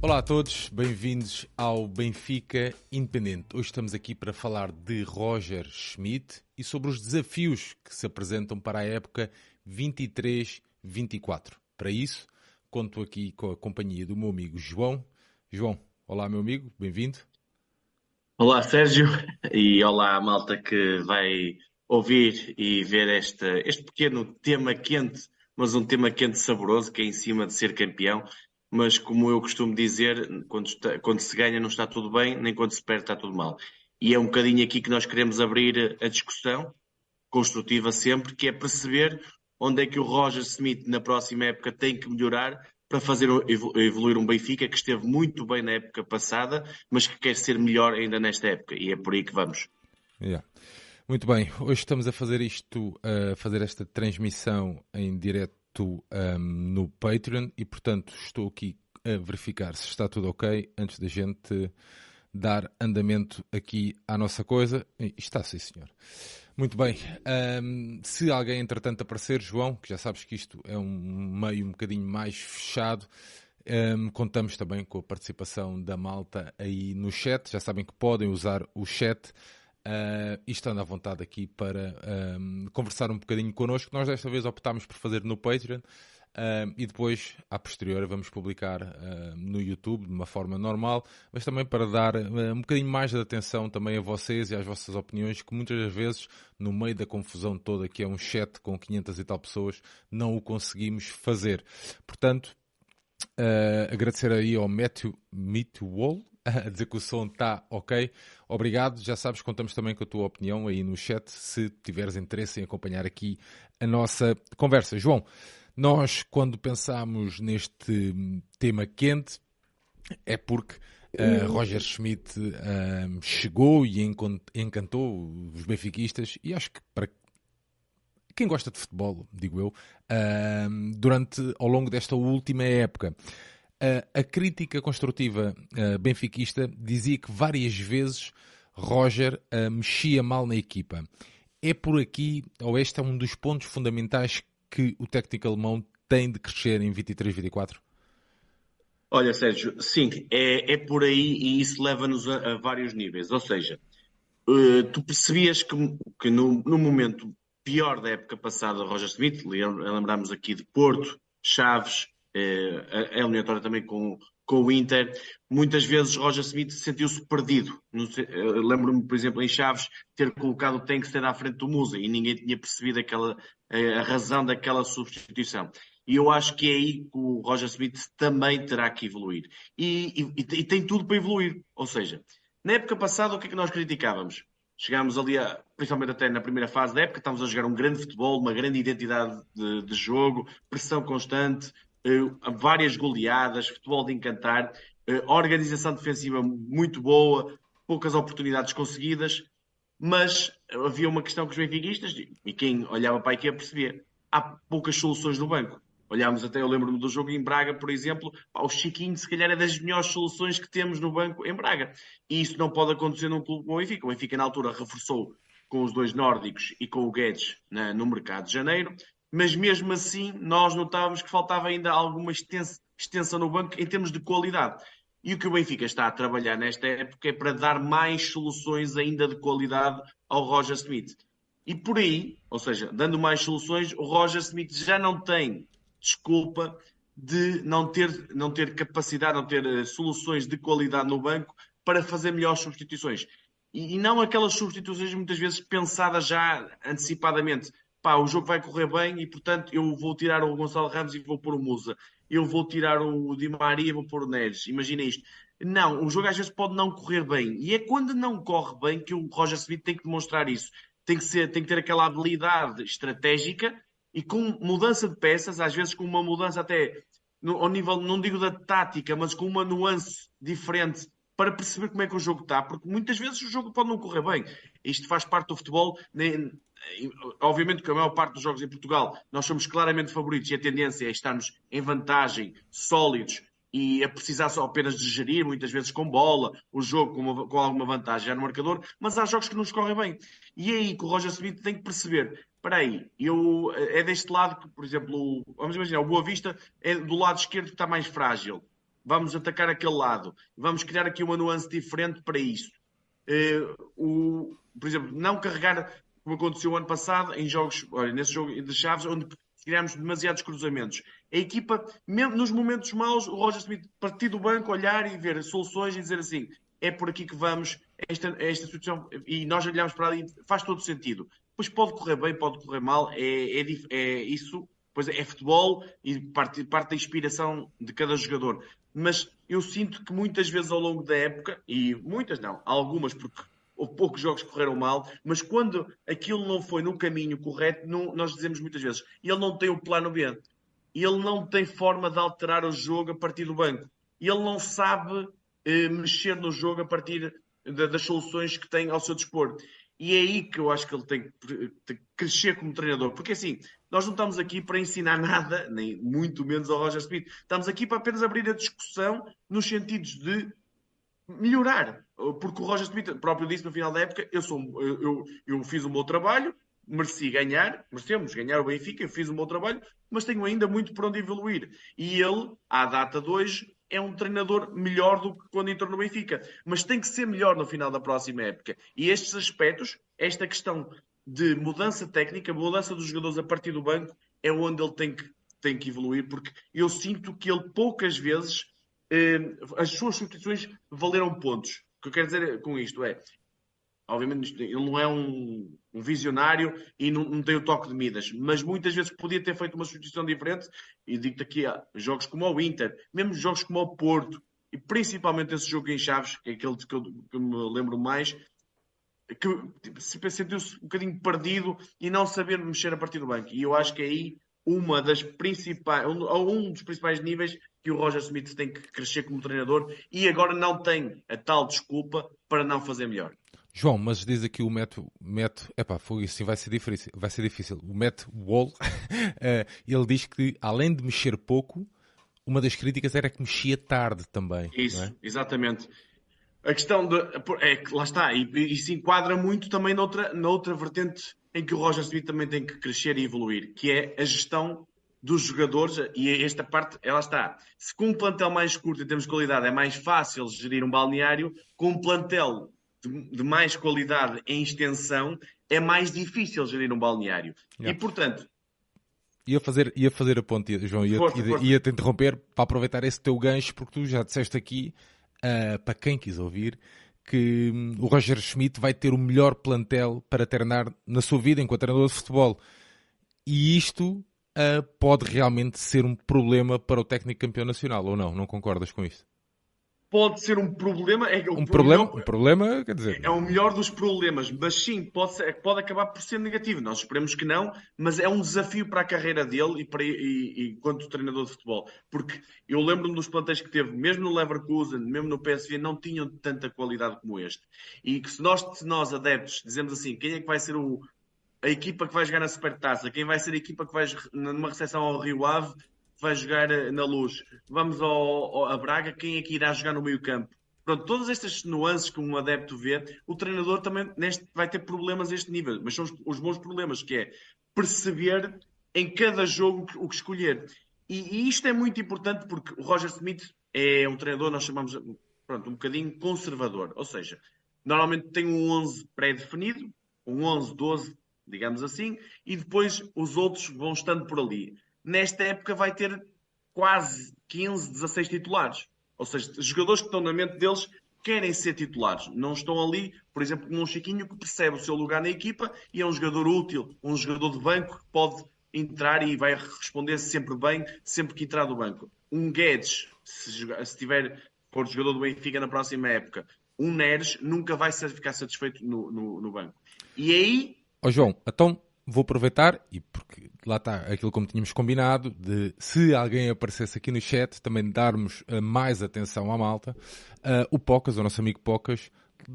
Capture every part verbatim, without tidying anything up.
Olá a todos, bem-vindos ao Benfica Independente. Hoje estamos aqui para falar de Roger Schmidt e sobre os desafios que se apresentam para a época vinte e três vinte e quatro. Para isso, conto aqui com a companhia do meu amigo João. João, olá meu amigo, bem-vindo. Olá, Sérgio, e olá, malta que vai ouvir e ver este, este pequeno tema quente, mas um tema quente saboroso, que é em cima de ser campeão. Mas, como eu costumo dizer, quando, está- quando se ganha não está tudo bem, nem quando se perde está tudo mal. E é um bocadinho aqui que nós queremos abrir a discussão, construtiva sempre, que é perceber onde é que o Roger Smith na próxima época tem que melhorar para fazer evo- evoluir um Benfica que esteve muito bem na época passada, mas que quer ser melhor ainda nesta época. E é por aí que vamos. Yeah. Muito bem, hoje estamos a fazer isto, a fazer esta transmissão em direto ahm, no Patreon e, portanto, estou aqui a verificar se está tudo ok antes da gente dar andamento aqui à nossa coisa. E está, sim, senhor. Muito bem. Ahm, se alguém, entretanto, aparecer, João, que já sabes que isto é um meio um bocadinho mais fechado, ahm, contamos também com a participação da malta aí no chat. Já sabem que podem usar o chat. Uh, e estando à vontade aqui para um, conversar um bocadinho connosco. Nós desta vez optámos por fazer no Patreon um, e depois, à posterior, vamos publicar uh, no YouTube de uma forma normal, mas também para dar uh, um bocadinho mais de atenção também a vocês e às vossas opiniões, que muitas das vezes, no meio da confusão toda, que é um chat com quinhentas e tal pessoas, não o conseguimos fazer. Portanto, Uh, agradecer aí ao Matthew Mitwall a dizer que o som está ok. Obrigado. Já sabes, contamos também com a tua opinião aí no chat, se tiveres interesse em acompanhar aqui a nossa conversa. João, nós quando pensamos neste tema quente é porque uh, Roger Schmidt uh, chegou e encantou os benfiquistas e acho que para quem gosta de futebol, digo eu, uh, durante, ao longo desta última época. Uh, a crítica construtiva uh, benfiquista dizia que várias vezes Roger uh, mexia mal na equipa. É por aqui, ou este é um dos pontos fundamentais que o técnico alemão tem de crescer em vinte e três vinte e quatro? Olha, Sérgio, sim, é, é por aí e isso leva-nos a, a vários níveis. Ou seja, eh, tu percebias que, que no, no momento pior da época passada, Roger Smith, lem- lembramos aqui de Porto, Chaves, eh, a a eliminatória também com, com o Inter, muitas vezes Roger Smith sentiu-se perdido. Não sei, eh, Lembro-me, por exemplo, em Chaves, ter colocado o Tankstead à frente do Musa e ninguém tinha percebido aquela, eh, a razão daquela substituição. E eu acho que é aí que o Roger Smith também terá que evoluir. E, e- e tem tudo para evoluir. Ou seja, na época passada, o que é que nós criticávamos? Chegámos ali, a, principalmente até na primeira fase da época, estávamos a jogar um grande futebol, uma grande identidade de, de jogo, pressão constante, eh, várias goleadas, futebol de encantar, eh, organização defensiva muito boa, poucas oportunidades conseguidas, mas havia uma questão que os benfiquistas, e quem olhava para a equipa percebia, há poucas soluções no banco. Olhámos até, eu lembro-me do jogo em Braga, por exemplo, pá, o Chiquinho se calhar é das melhores soluções que temos no banco em Braga. E isso não pode acontecer num clube como o Benfica. O Benfica na altura reforçou com os dois nórdicos e com o Guedes na, no mercado de janeiro, mas mesmo assim nós notávamos que faltava ainda alguma extensão no banco em termos de qualidade. E o que o Benfica está a trabalhar nesta época é para dar mais soluções ainda de qualidade ao Roger Smith. E por aí, ou seja, dando mais soluções, o Roger Smith já não tem desculpa de não ter, não ter capacidade, não ter uh, soluções de qualidade no banco para fazer melhores substituições. E, e não aquelas substituições muitas vezes pensadas já antecipadamente. Pá, o jogo vai correr bem e, portanto, eu vou tirar o Gonçalo Ramos e vou pôr o Musa. Eu vou tirar o Di Maria e vou pôr o Neres. Imagina isto. Não, o jogo às vezes pode não correr bem. E é quando não corre bem que o Roger Smith tem que demonstrar isso. Tem que ser, tem que ter aquela habilidade estratégica e com mudança de peças, às vezes com uma mudança até no, ao nível, não digo da tática, mas com uma nuance diferente para perceber como é que o jogo está, porque muitas vezes o jogo pode não correr bem. Isto faz parte do futebol. Nem, obviamente que a maior parte dos jogos em Portugal nós somos claramente favoritos e a tendência é estarmos em vantagem, sólidos e a precisar só apenas de gerir, muitas vezes com bola, o jogo com, uma, com alguma vantagem já no marcador, mas há jogos que nos correm bem. E é aí que o Roger Smith tem que perceber. Espera aí, eu, é deste lado que, por exemplo, o, vamos imaginar, o Boa Vista é do lado esquerdo que está mais frágil. vamos atacar aquele lado, vamos criar aqui uma nuance diferente para isso. Uh, o, por exemplo, não carregar, como aconteceu o ano passado, em jogos, olha, nesse jogo de Chaves, onde criámos demasiados cruzamentos. A equipa, mesmo nos momentos maus, o Roger Smith partir do banco, olhar e ver soluções e dizer assim, é por aqui que vamos, esta, esta situação, e nós olhamos para ali, faz todo sentido. Pois pode correr bem, pode correr mal, é, é, é isso, pois é, é futebol e parte, parte da inspiração de cada jogador. Mas eu sinto que muitas vezes ao longo da época, e muitas não, algumas porque houve poucos jogos que correram mal, mas quando aquilo não foi no caminho correto, não, nós dizemos muitas vezes, ele não tem o plano B, ele não tem forma de alterar o jogo a partir do banco, ele não sabe eh, mexer no jogo a partir de, das soluções que tem ao seu dispor. E é aí que eu acho que ele tem que crescer como treinador. Porque assim, nós não estamos aqui para ensinar nada, nem muito menos ao Roger Smith. Estamos aqui para apenas abrir a discussão nos sentidos de melhorar. Porque o Roger Smith próprio disse no final da época, eu, sou, eu, eu, eu fiz o meu trabalho, mereci ganhar, merecemos ganhar o Benfica, eu fiz o meu trabalho, mas tenho ainda muito por onde evoluir. E ele, à data de hoje, é um treinador melhor do que quando entrou no Benfica. Mas tem que ser melhor no final da próxima época. E estes aspectos, esta questão de mudança técnica, mudança dos jogadores a partir do banco, é onde ele tem que, tem que evoluir, porque eu sinto que ele poucas vezes, eh, as suas substituições valeram pontos. O que eu quero dizer com isto é, obviamente ele não é um, um visionário e não, não tem o toque de Midas, mas muitas vezes podia ter feito uma substituição diferente, e digo-te aqui, há jogos como o Inter, mesmo jogos como o Porto, e principalmente esse jogo em Chaves, que é aquele que eu, que eu me lembro mais, que tipo, sentiu-se um bocadinho perdido e não saber mexer a partir do banco. E eu acho que é aí uma das principais, um, um dos principais níveis que o Roger Smith tem que crescer como treinador, e agora não tem a tal desculpa para não fazer melhor. João, mas diz aqui o Matt, Matt epá, foi assim, vai ser difícil, vai ser difícil. O Matt Wall, ele diz que além de mexer pouco, uma das críticas era que mexia tarde também. Isso, não é? Exatamente. A questão de, é que lá está, e, e se enquadra muito também noutra, noutra vertente em que o Roger Smith também tem que crescer e evoluir, que é a gestão dos jogadores, e esta parte, ela está. Se com um plantel mais curto em termos de qualidade é mais fácil gerir um balneário, com um plantel de mais qualidade em extensão, é mais difícil gerir um balneário. Yeah. E, portanto... Ia fazer, ia fazer a ponte, João, ia, força, ia, força. ia te interromper para aproveitar esse teu gancho, porque tu já disseste aqui, uh, para quem quis ouvir, que um, o Roger Schmidt vai ter o melhor plantel para treinar na sua vida enquanto treinador de futebol. E isto uh, pode realmente ser um problema para o técnico campeão nacional, ou não? Não concordas com isto? Pode ser um problema. É, um, problema melhor, um problema, quer dizer... É o melhor dos problemas, mas sim, pode, ser, pode acabar por ser negativo. Nós esperemos que não, mas é um desafio para a carreira dele e, para, e, e enquanto treinador de futebol. Porque eu lembro-me dos plantéis que teve, mesmo no Leverkusen, mesmo no P S V, não tinham tanta qualidade como este. E que se nós, se nós adeptos, dizemos assim, quem é que vai ser o, a equipa que vai jogar na Supertaça, quem vai ser a equipa que vai, numa recepção ao Rio Ave, vai jogar na Luz, vamos ao, ao, a Braga, quem é que irá jogar no meio campo? Pronto, todas estas nuances que um adepto vê, o treinador também neste, vai ter problemas a este nível, mas são os, os bons problemas, que é perceber em cada jogo o que escolher. E, e isto é muito importante porque o Roger Smith é um treinador, nós chamamos, pronto, um bocadinho conservador, ou seja, normalmente tem um onze pré-definido, um onze, doze, digamos assim, e depois os outros vão estando por ali. Nesta época vai ter quase quinze, dezasseis titulares. Ou seja, os jogadores que estão na mente deles querem ser titulares. Não estão ali, por exemplo, como um Chiquinho que percebe o seu lugar na equipa e é um jogador útil, um jogador de banco que pode entrar e vai responder sempre bem, sempre que entrar do banco. Um Guedes, se, jogar, se tiver for jogador do Benfica na próxima época, um Neres nunca vai ficar satisfeito no, no, no banco. E aí... Ó oh, João, então... Vou aproveitar, e porque lá está aquilo como tínhamos combinado, de se alguém aparecesse aqui no chat, também darmos uh, mais atenção à malta. Uh, o Pocas, o nosso amigo Pocas,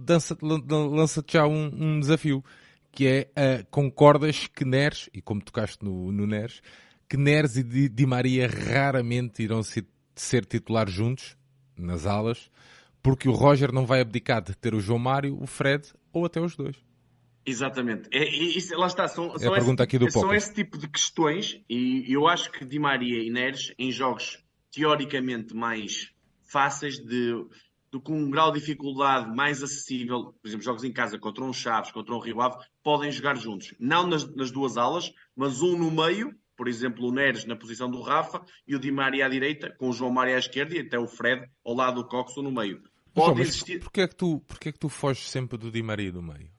lança-te já um, um desafio, que é, uh, concordas que Neres, e como tocaste no, no Neres, que Neres e Di, Di Maria raramente irão ser, ser titulares juntos, nas alas, porque o Roger não vai abdicar de ter o João Mário, o Fred, ou até os dois. Exatamente. É, isso, lá está. São, é são, a pergunta esse, aqui do são esse tipo de questões e eu acho que Di Maria e Neres, em jogos teoricamente mais fáceis, de, de, com um grau de dificuldade mais acessível. Por exemplo, jogos em casa contra um Chaves, contra um Rio Ave, podem jogar juntos. Não nas, nas duas alas, mas um no meio, por exemplo, o Neres na posição do Rafa e o Di Maria à direita, com o João Mário à esquerda e até o Fred ao lado do Coxo no meio. Mas, João, Pode mas existir... porquê é que tu, porquê é que tu foges sempre do Di Maria do meio?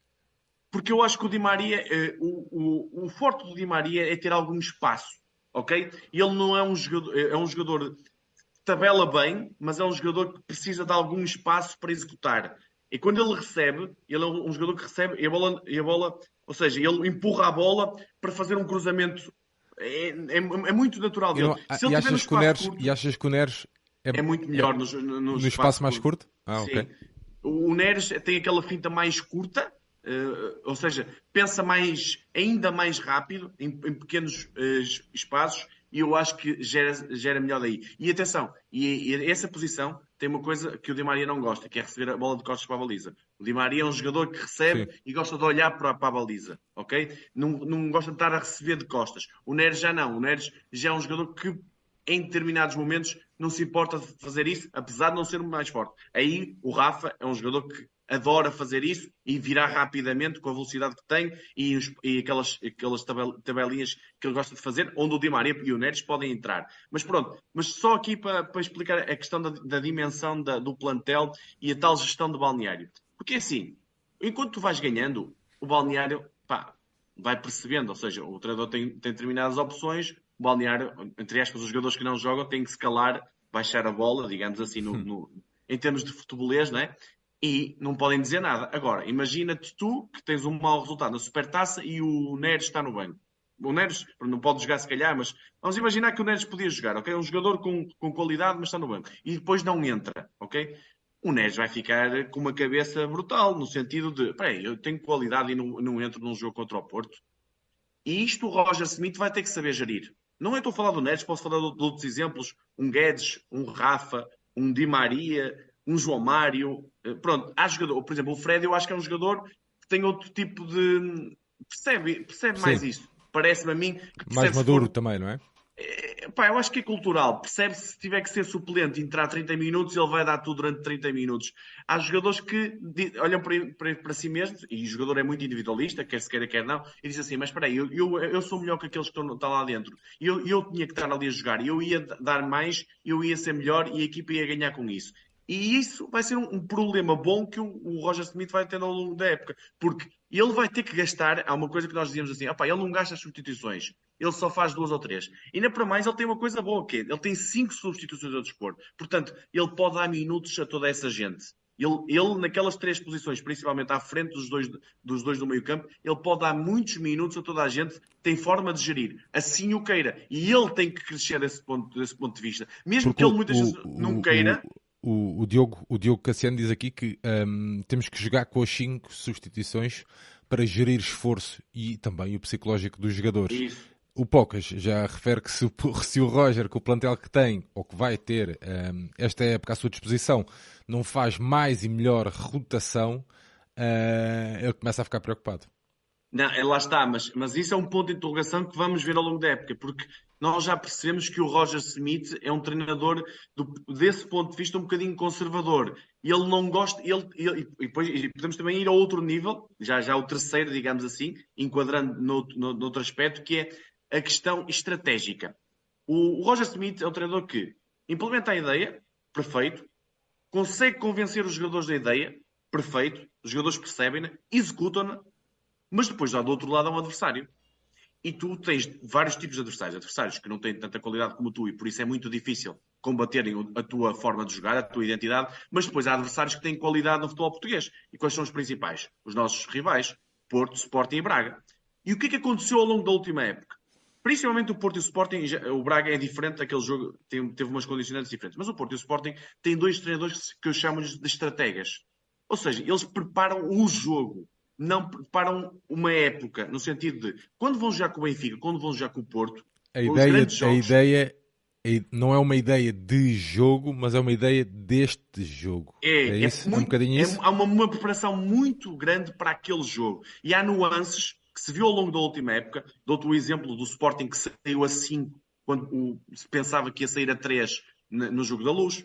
Porque eu acho que o Di Maria, eh, o, o, o forte do Di Maria é ter algum espaço, ok? Ele não é um jogador, é um jogador que tabela bem, mas é um jogador que precisa de algum espaço para executar. E quando ele recebe, ele é um jogador que recebe e a bola, e a bola ou seja, ele empurra a bola para fazer um cruzamento. É, é, é muito natural E, dele. não, Se ele e, tiver no achas que o espaço Neres, curto, e achas que o Neres é, é muito é melhor no, no, no no espaço espaço mais curto. curto? Ah, Sim. ok. O Neres tem aquela finta mais curta, uh, ou seja, pensa mais, ainda mais rápido, em, em pequenos uh, espaços, e eu acho que gera, gera melhor daí. E atenção, e, e essa posição tem uma coisa que o Di Maria não gosta, que é receber a bola de costas para a baliza. O Di Maria é um jogador que recebe Sim. e gosta de olhar para, para a baliza, ok? Não, não gosta de estar a receber de costas. O Neres já não. O Neres já é um jogador que, em determinados momentos, não se importa de fazer isso, apesar de não ser o mais forte. Aí, o Rafa é um jogador que adora fazer isso e virar rapidamente com a velocidade que tem e, os, e aquelas, aquelas tabel, tabelinhas que ele gosta de fazer, onde o Di Maria e o Neres podem entrar. Mas pronto, mas só aqui para, para explicar a questão da, da dimensão da, do plantel e a tal gestão do balneário. Porque assim, enquanto tu vais ganhando, o balneário, pá, vai percebendo, ou seja, o treinador tem, tem determinadas opções, o balneário, entre aspas, os jogadores que não jogam têm que se calar, baixar a bola, digamos assim, no, no, em termos de futebolês, não é? E não podem dizer nada. Agora, imagina-te tu que tens um mau resultado na Supertaça e o Neres está no banco. O Neres não pode jogar se calhar, mas vamos imaginar que o Neres podia jogar, ok? É um jogador com, com qualidade, mas está no banco. E depois não entra, ok? O Neres vai ficar com uma cabeça brutal, no sentido de, peraí, eu tenho qualidade e não, não entro num jogo contra o Porto. E isto o Roger Smith vai ter que saber gerir. Não é estou a falar do Neres, posso falar de outros exemplos. Um Guedes, um Rafa, um Di Maria, um João Mário. Pronto, há jogador. Por exemplo, o Fred eu acho que é um jogador que tem outro tipo de... Percebe, percebe mais Sim. isso. Parece-me a mim que percebe Mais maduro for... também, não é? É, pá, eu acho que é cultural. Percebe se tiver que ser suplente, entrar trinta minutos, ele vai dar tudo durante trinta minutos. Há jogadores que olham para, para, para si mesmos, e o jogador é muito individualista, quer se queira, quer não, e diz assim, mas espera aí, eu, eu, eu sou melhor que aqueles que estão, estão lá dentro. E eu, eu tinha que estar ali a jogar, eu ia dar mais, eu ia ser melhor e a equipa ia ganhar com isso. E isso vai ser um, um problema bom que o, o Roger Smith vai ter ao longo da época, porque ele vai ter que gastar, há uma coisa que nós dizíamos assim, opa, ele não gasta as substituições, ele só faz duas ou três. E ainda para mais ele tem uma coisa boa, que é, ele tem cinco substituições ao dispor. Portanto, ele pode dar minutos a toda essa gente. Ele, ele naquelas três posições, principalmente à frente dos dois, dos dois do meio campo, ele pode dar muitos minutos a toda a gente, tem forma de gerir. Assim o queira. E ele tem que crescer desse ponto, desse ponto de vista. Mesmo Porque que ele o, muitas o, vezes não o, queira... O, o, Diogo, o Diogo Cassiano diz aqui que um, temos que jogar com as cinco substituições para gerir esforço e também o psicológico dos jogadores. Isso. O Pocas já refere que se o, se o Roger, com o plantel que tem, ou que vai ter um, esta época à sua disposição, não faz mais e melhor rotação, uh, ele começa a ficar preocupado. Não, é, lá está, mas, mas isso é um ponto de interrogação que vamos ver ao longo da época, porque nós já percebemos que o Roger Smith é um treinador, do, desse ponto de vista, um bocadinho conservador. Ele não gosta, ele, ele, e, depois, e podemos também ir a outro nível, já, já o terceiro, digamos assim, enquadrando no, no, no outro aspecto, que é a questão estratégica. O, o Roger Smith é um treinador que implementa a ideia, perfeito, consegue convencer os jogadores da ideia, perfeito, os jogadores percebem-na, executam-na, mas depois já do outro lado há um adversário. E tu tens vários tipos de adversários. Adversários que não têm tanta qualidade como tu e por isso é muito difícil combaterem a tua forma de jogar, a tua identidade. Mas depois há adversários que têm qualidade no futebol português. E quais são os principais? Os nossos rivais. Porto, Sporting e Braga. E o que é que aconteceu ao longo da última época? Principalmente o Porto e o Sporting, o Braga é diferente daquele jogo, teve umas condicionantes diferentes. Mas o Porto e o Sporting têm dois treinadores que eu chamo de estrategas. Ou seja, eles preparam o jogo. Não preparam uma época, no sentido de quando vão jogar com o Benfica, quando vão jogar com o Porto, a com ideia, os grandes jogos... A ideia não é uma ideia de jogo, mas é uma ideia deste jogo. É, é, isso? é, muito, é um bocadinho é isso? Há uma, uma preparação muito grande para aquele jogo. E há nuances que se viu ao longo da última época. Dou-te o exemplo do Sporting que saiu a cinco, quando o, se pensava que ia sair a três no jogo da Luz.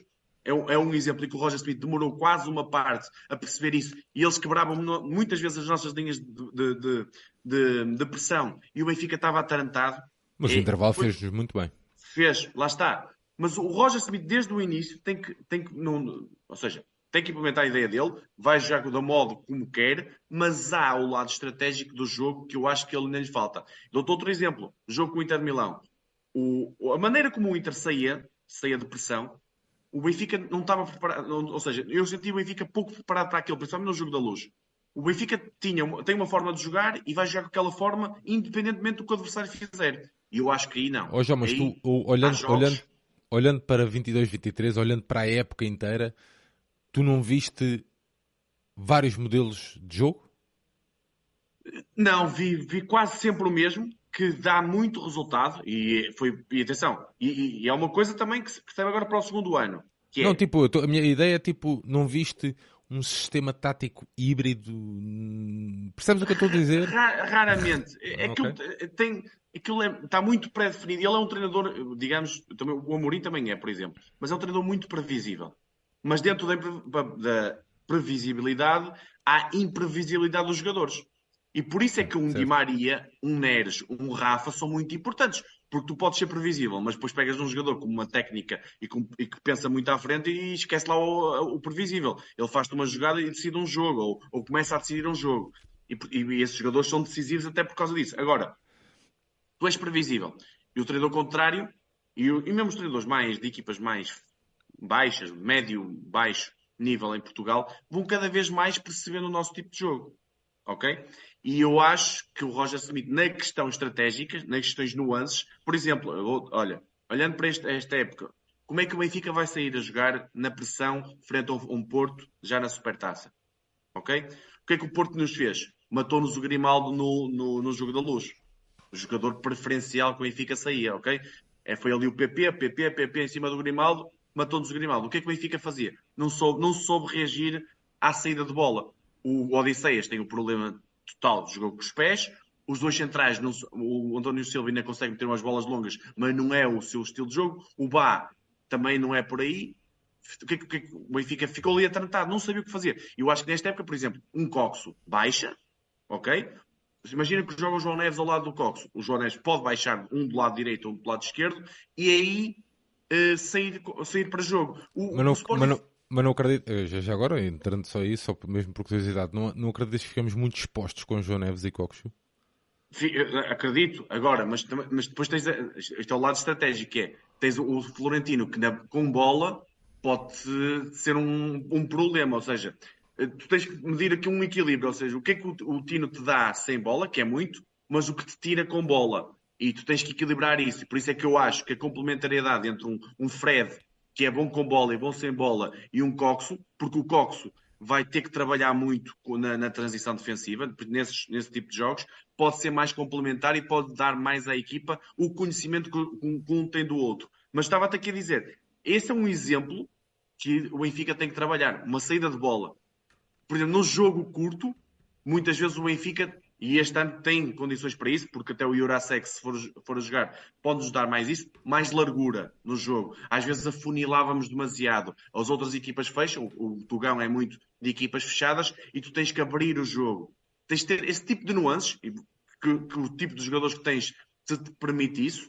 É um, é um exemplo em que o Roger Smith demorou quase uma parte a perceber isso e eles quebravam muitas vezes as nossas linhas de, de, de, de, de pressão e o Benfica estava atarantado. Mas o É, intervalo foi, fez-nos muito bem. fez, lá está. Mas o Roger Smith, desde o início, tem que, tem que não, ou seja, tem que implementar a ideia dele, vai jogar da modo como quer, mas há o lado estratégico do jogo que eu acho que ele nem lhe falta. Dou-te outro exemplo: o jogo com o Inter de Milão. O, a maneira como o Inter saía, saía de pressão, o Benfica não estava preparado, não, ou seja, eu senti o Benfica pouco preparado para aquilo, principalmente no jogo da Luz. O Benfica tinha, tem uma forma de jogar e vai jogar com aquela forma, independentemente do que o adversário fizer. E eu acho que aí não. Ó João, mas tu, Aí o- há olhando, olhando, jogos. olhando para vinte e dois, vinte e três, olhando para a época inteira, tu não viste vários modelos de jogo? Não, vi, vi quase sempre o mesmo, que dá muito resultado, e foi, e atenção, e, e é uma coisa também que se percebe agora para o segundo ano, que Não, é tipo, eu tô- a minha ideia é tipo, não viste um sistema tático híbrido? hum, Percebes o que eu estou a dizer? ra- raramente, é, é Ok. aquilo tem, aquilo é- está muito pré-definido, ele é um treinador, digamos, também, o Amorim também é, por exemplo, mas é um treinador muito previsível. Mas dentro da, impre- da previsibilidade, há imprevisibilidade dos jogadores. E por isso é que um Di Certo. Maria, um Neres, um Rafa são muito importantes. Porque tu podes ser previsível, mas depois pegas um jogador com uma técnica e, com- e que pensa muito à frente e esquece lá o, o previsível. Ele faz-te uma jogada e decide um jogo, ou, ou começa a decidir um jogo. E, e esses jogadores são decisivos até por causa disso. Agora, tu és previsível. E o treinador contrário, e, o- e mesmo os treinadores mais de equipas mais baixas, médio, baixo nível em Portugal, vão cada vez mais percebendo o nosso tipo de jogo. Ok? E eu acho que o Roger Smith, na questão estratégica, nas questões nuances, por exemplo, eu vou- olha, olhando para este- esta época, como é que o Benfica vai sair a jogar na pressão frente a um, um Porto já na Supertaça? Ok? O que é que o Porto nos fez? Matou-nos o Grimaldo no, no, no jogo da Luz. O jogador preferencial que o Benfica saía, ok? É, foi ali o P P, P P, P P em cima do Grimaldo, matou-nos o Grimaldo. O que é que o Benfica fazia? Não soube, não soube reagir à saída de bola. O Odisseias tem o problema total, jogou com os pés. Os dois centrais, não, o António Silva ainda consegue meter umas bolas longas, mas não é o seu estilo de jogo. O Bá também não é por aí. O que, é que, o que é que o Benfica ficou ali atrantado, não sabia o que fazer. Eu acho que nesta época, por exemplo, um Coxo baixa, ok? Imagina que joga o João Neves ao lado do Coxo. O João Neves pode baixar um do lado direito ou um do lado esquerdo e aí eh, sair, sair para jogo. O, Mas o não, mas Sporting. não, mas não acredito, eh, já, já agora, entrando só aí, só por- mesmo por curiosidade, não, não acredito que ficamos muito expostos com João Neves e Coxo? Acredito, agora, mas, mas depois tens. Este é o lado estratégico, que é tens o, o Florentino que na- com bola pode ser um, um problema, ou seja, eh, tu tens que medir aqui um equilíbrio, ou seja, o que é que o, o Tino te dá sem bola, que é muito, mas o que te tira com bola. E tu tens que equilibrar isso. E por isso é que eu acho que a complementariedade entre um, um Fred, que é bom com bola e bom sem bola, e um Coxo, porque o Coxo vai ter que trabalhar muito na, na transição defensiva, nesses, nesse tipo de jogos, pode ser mais complementar e pode dar mais à equipa o conhecimento que um tem do outro. Mas estava-te aqui a dizer, esse é um exemplo que o Benfica tem que trabalhar, uma saída de bola. Por exemplo, no jogo curto, muitas vezes o Benfica, e este ano tem condições para isso, porque até o Jurasek, se for, for a jogar, pode-nos dar mais isso, mais largura no jogo. Às vezes afunilávamos demasiado. As outras equipas fecham, o, o Tugão é muito de equipas fechadas, e tu tens que abrir o jogo. Tens de ter esse tipo de nuances, que, que o tipo de jogadores que tens te permite isso.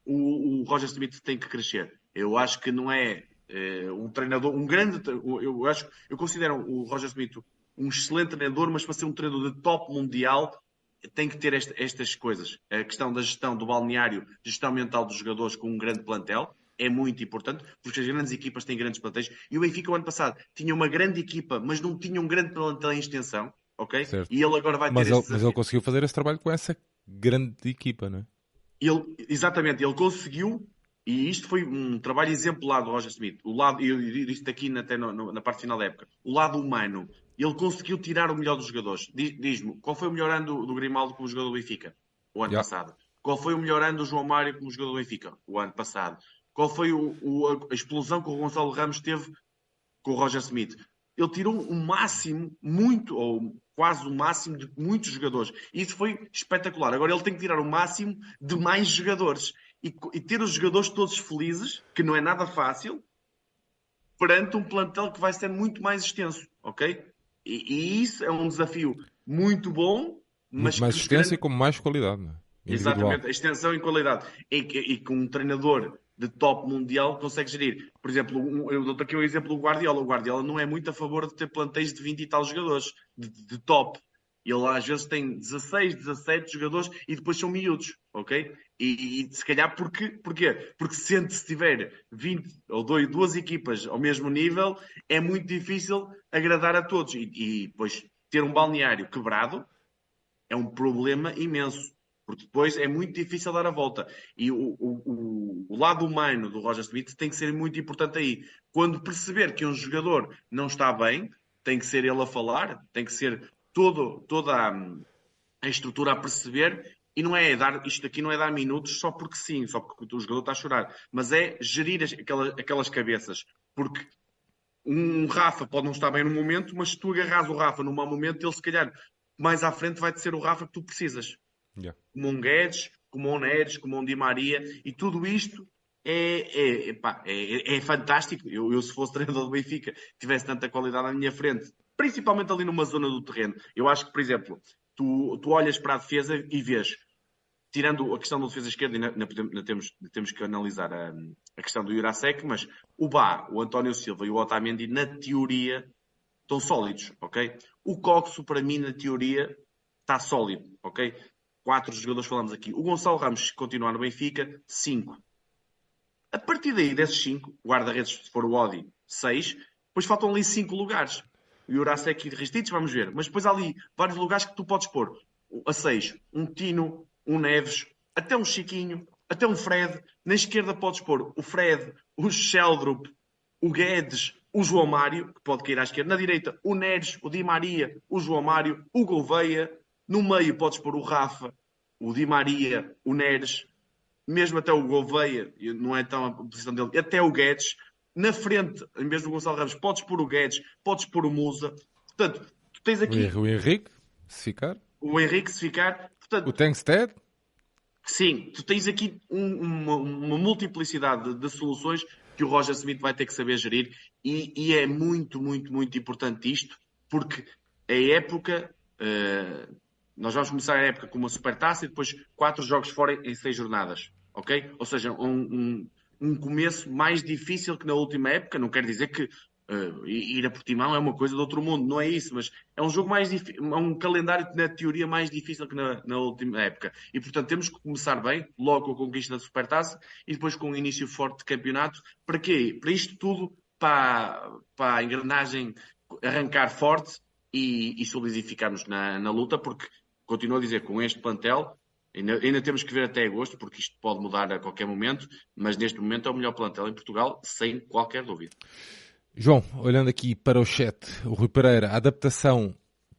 O, o Roger Smith tem que crescer. Eu acho que não é é, um treinador, um grande. Eu acho, eu considero o Roger Smith um excelente treinador, mas para ser um treinador de top mundial tem que ter esta, estas coisas. A questão da gestão do balneário, gestão mental dos jogadores com um grande plantel, é muito importante, porque as grandes equipas têm grandes plantéis. E o Benfica, o ano passado, tinha uma grande equipa, mas não tinha um grande plantel em extensão, ok? Certo. E ele agora vai ter Mas esse ele, mas ele desafio. conseguiu fazer esse trabalho com essa grande equipa, não é? Ele, exatamente, ele conseguiu, e isto foi um trabalho exemplar do Roger Smith. O lado, eu disse aqui até no, no, na parte final da época, o lado humano. Ele conseguiu tirar o melhor dos jogadores. Diz-me, qual foi o melhor ano do, do Grimaldo como jogador do Benfica? O ano Yeah. passado. Qual foi o melhor ano do João Mário como jogador do Benfica? O ano passado. Qual foi o, o, a explosão que o Gonçalo Ramos teve com o Roger Smith? Ele tirou o máximo, muito, ou quase o máximo de muitos jogadores. E isso foi espetacular. Agora ele tem que tirar o máximo de mais jogadores. E, e ter os jogadores todos felizes, que não é nada fácil, perante um plantel que vai ser muito mais extenso, ok? E, e isso é um desafio muito bom, Muito mas mais que os extensa e grandes... com mais qualidade, não é? Individual. Exatamente, a extensão e qualidade. E, que- e com um treinador de top mundial consegue gerir. Por exemplo, um- eu dou aqui o exemplo do Guardiola. O Guardiola não é muito a favor de ter plantéis de vinte e tal jogadores, de, de top. Ele às vezes tem dezasseis, dezassete jogadores e depois são miúdos, ok? E, e se calhar porque, porquê? Porque sente se tiver vinte ou dois, duas equipas ao mesmo nível, é muito difícil agradar a todos. E, e depois ter um balneário quebrado é um problema imenso, porque depois é muito difícil dar a volta. E o, o, o lado humano do Roger Smith tem que ser muito importante aí. Quando perceber que um jogador não está bem, tem que ser ele a falar, tem que ser todo, toda a, a estrutura a perceber. E não é dar, isto aqui não é dar minutos só porque sim, só porque o jogador está a chorar, mas é gerir as, aquelas, aquelas cabeças. Porque um Rafa pode não estar bem no momento, mas se tu agarras o Rafa num mau momento, ele se calhar mais à frente vai-te ser o Rafa que tu precisas. Yeah. Como um Guedes, como um Neres, como um Di Maria, e tudo isto é, é, epá, é, é fantástico. Eu, eu, se fosse treinador do Benfica, tivesse tanta qualidade à minha frente, principalmente ali numa zona do terreno. Eu acho que, por exemplo, tu, tu olhas para a defesa e vês, tirando a questão da defesa esquerda, ainda, ainda temos, temos que analisar a, a questão do Jurasek, mas o Bá, o António Silva e o Otamendi, na teoria, estão sólidos, ok? O Coxo, para mim, na teoria, está sólido, ok? Quatro jogadores falamos aqui. O Gonçalo Ramos, se continuar no Benfica, cinco. A partir daí, desses cinco, guarda-redes, se for o Odi, seis, depois faltam ali cinco lugares. O Jurasek e Ristites, vamos ver. Mas depois há ali vários lugares que tu podes pôr. A seis, um Tino, um Neves, até um Chiquinho, até um Fred. Na esquerda podes pôr o Fred, o Sheldrup, o Guedes, o João Mário, que pode cair à esquerda. Na direita, o Neres, o Di Maria, o João Mário, o Gouveia. No meio podes pôr o Rafa, o Di Maria, o Neres, mesmo até o Gouveia, não é tão a posição dele, até o Guedes. Na frente, em vez do Gonçalo Ramos, podes pôr o Guedes, podes pôr o Musa. Portanto, tu tens O aqui Henri- o Henrique, se ficar. o Henrique, se ficar. O Portanto, Tankstead. sim, tu tens aqui um- uma, uma multiplicidade de, de soluções que o Roger Smith vai ter que saber gerir e, e é muito, muito, muito importante isto, porque a época, eh, nós vamos começar a época com uma supertaça e depois quatro jogos fora em seis jornadas, ok? Ou seja, um, um, um começo mais difícil que na última época, não quer dizer que eh, ir a Portimão é uma coisa de outro mundo, não é isso, mas é um jogo mais difícil, é um calendário na teoria mais difícil que na, na última época. E portanto temos que começar bem, logo com a conquista da Supertaça e depois com um início forte de campeonato. Para quê? Para isto tudo, para, para a engrenagem arrancar forte e, e solidificarmos na, na luta, porque continuo a dizer, com este plantel, ainda, ainda temos que ver até agosto, porque isto pode mudar a qualquer momento, mas neste momento é o melhor plantel em Portugal, sem qualquer dúvida. João, olhando aqui para o chat, o Rui Pereira, a adaptação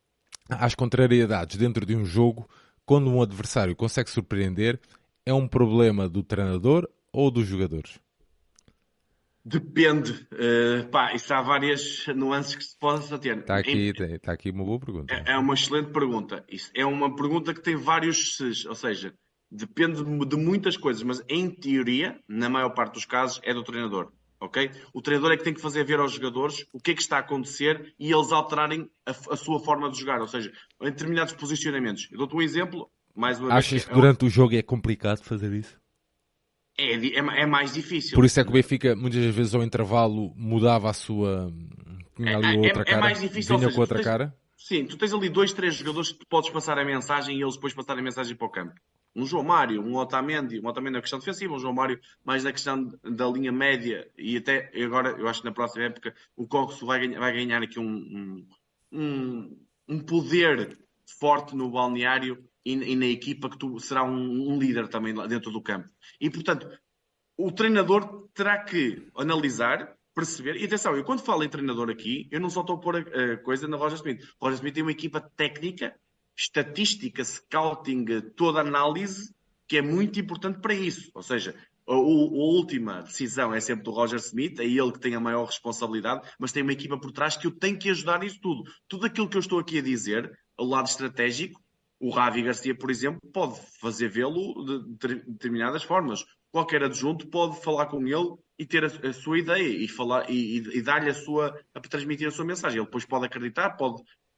às contrariedades dentro de um jogo, quando um adversário consegue surpreender, é um problema do treinador ou dos jogadores? Depende. Uh, pá, isso há várias nuances que se possam ter. Está aqui, está aqui uma boa pergunta. É, é uma excelente pergunta. Isso é uma pergunta que tem vários ses, ou seja, depende de muitas coisas, mas em teoria, na maior parte dos casos, é do treinador. Okay? O treinador é que tem que fazer ver aos jogadores o que é que está a acontecer e eles alterarem a, a sua forma de jogar, ou seja, em determinados posicionamentos. Eu dou-te um exemplo, mais uma Achas vez. que, que durante é... o jogo é complicado fazer isso? É, é, é mais difícil. Por isso é que o Benfica, muitas vezes, ao intervalo, mudava a sua... Tinha ali é, outra é, cara. É mais difícil. Vinha Seja, com outra tens, cara. Sim, tu tens ali dois, três jogadores que tu podes passar a mensagem e eles depois passarem a mensagem para o campo. Um João Mário, um Otamendi, um Otamendi na questão defensiva, um João Mário mais na questão da linha média e até agora, eu acho que na próxima época o Coxo vai ganhar, vai ganhar aqui um, um, um poder forte no balneário e, e na equipa que tu será um, um líder também lá dentro do campo. E portanto, o treinador terá que analisar, perceber, e atenção, eu quando falo em treinador aqui, eu não só estou a pôr a, a coisa na Roger Smith. O Roger Smith tem uma equipa técnica, estatística, scouting, toda análise, que é muito importante para isso. Ou seja, a, a última decisão é sempre do Roger Smith, é ele que tem a maior responsabilidade, mas tem uma equipa por trás que eu tenho que ajudar nisso tudo. Tudo aquilo que eu estou aqui a dizer, ao lado estratégico, o Ravi Garcia, por exemplo, pode fazer vê-lo de determinadas formas. Qualquer adjunto pode falar com ele e ter a, a sua ideia e falar e, e, e dar-lhe a sua a transmitir a sua mensagem. Ele depois pode acreditar, pode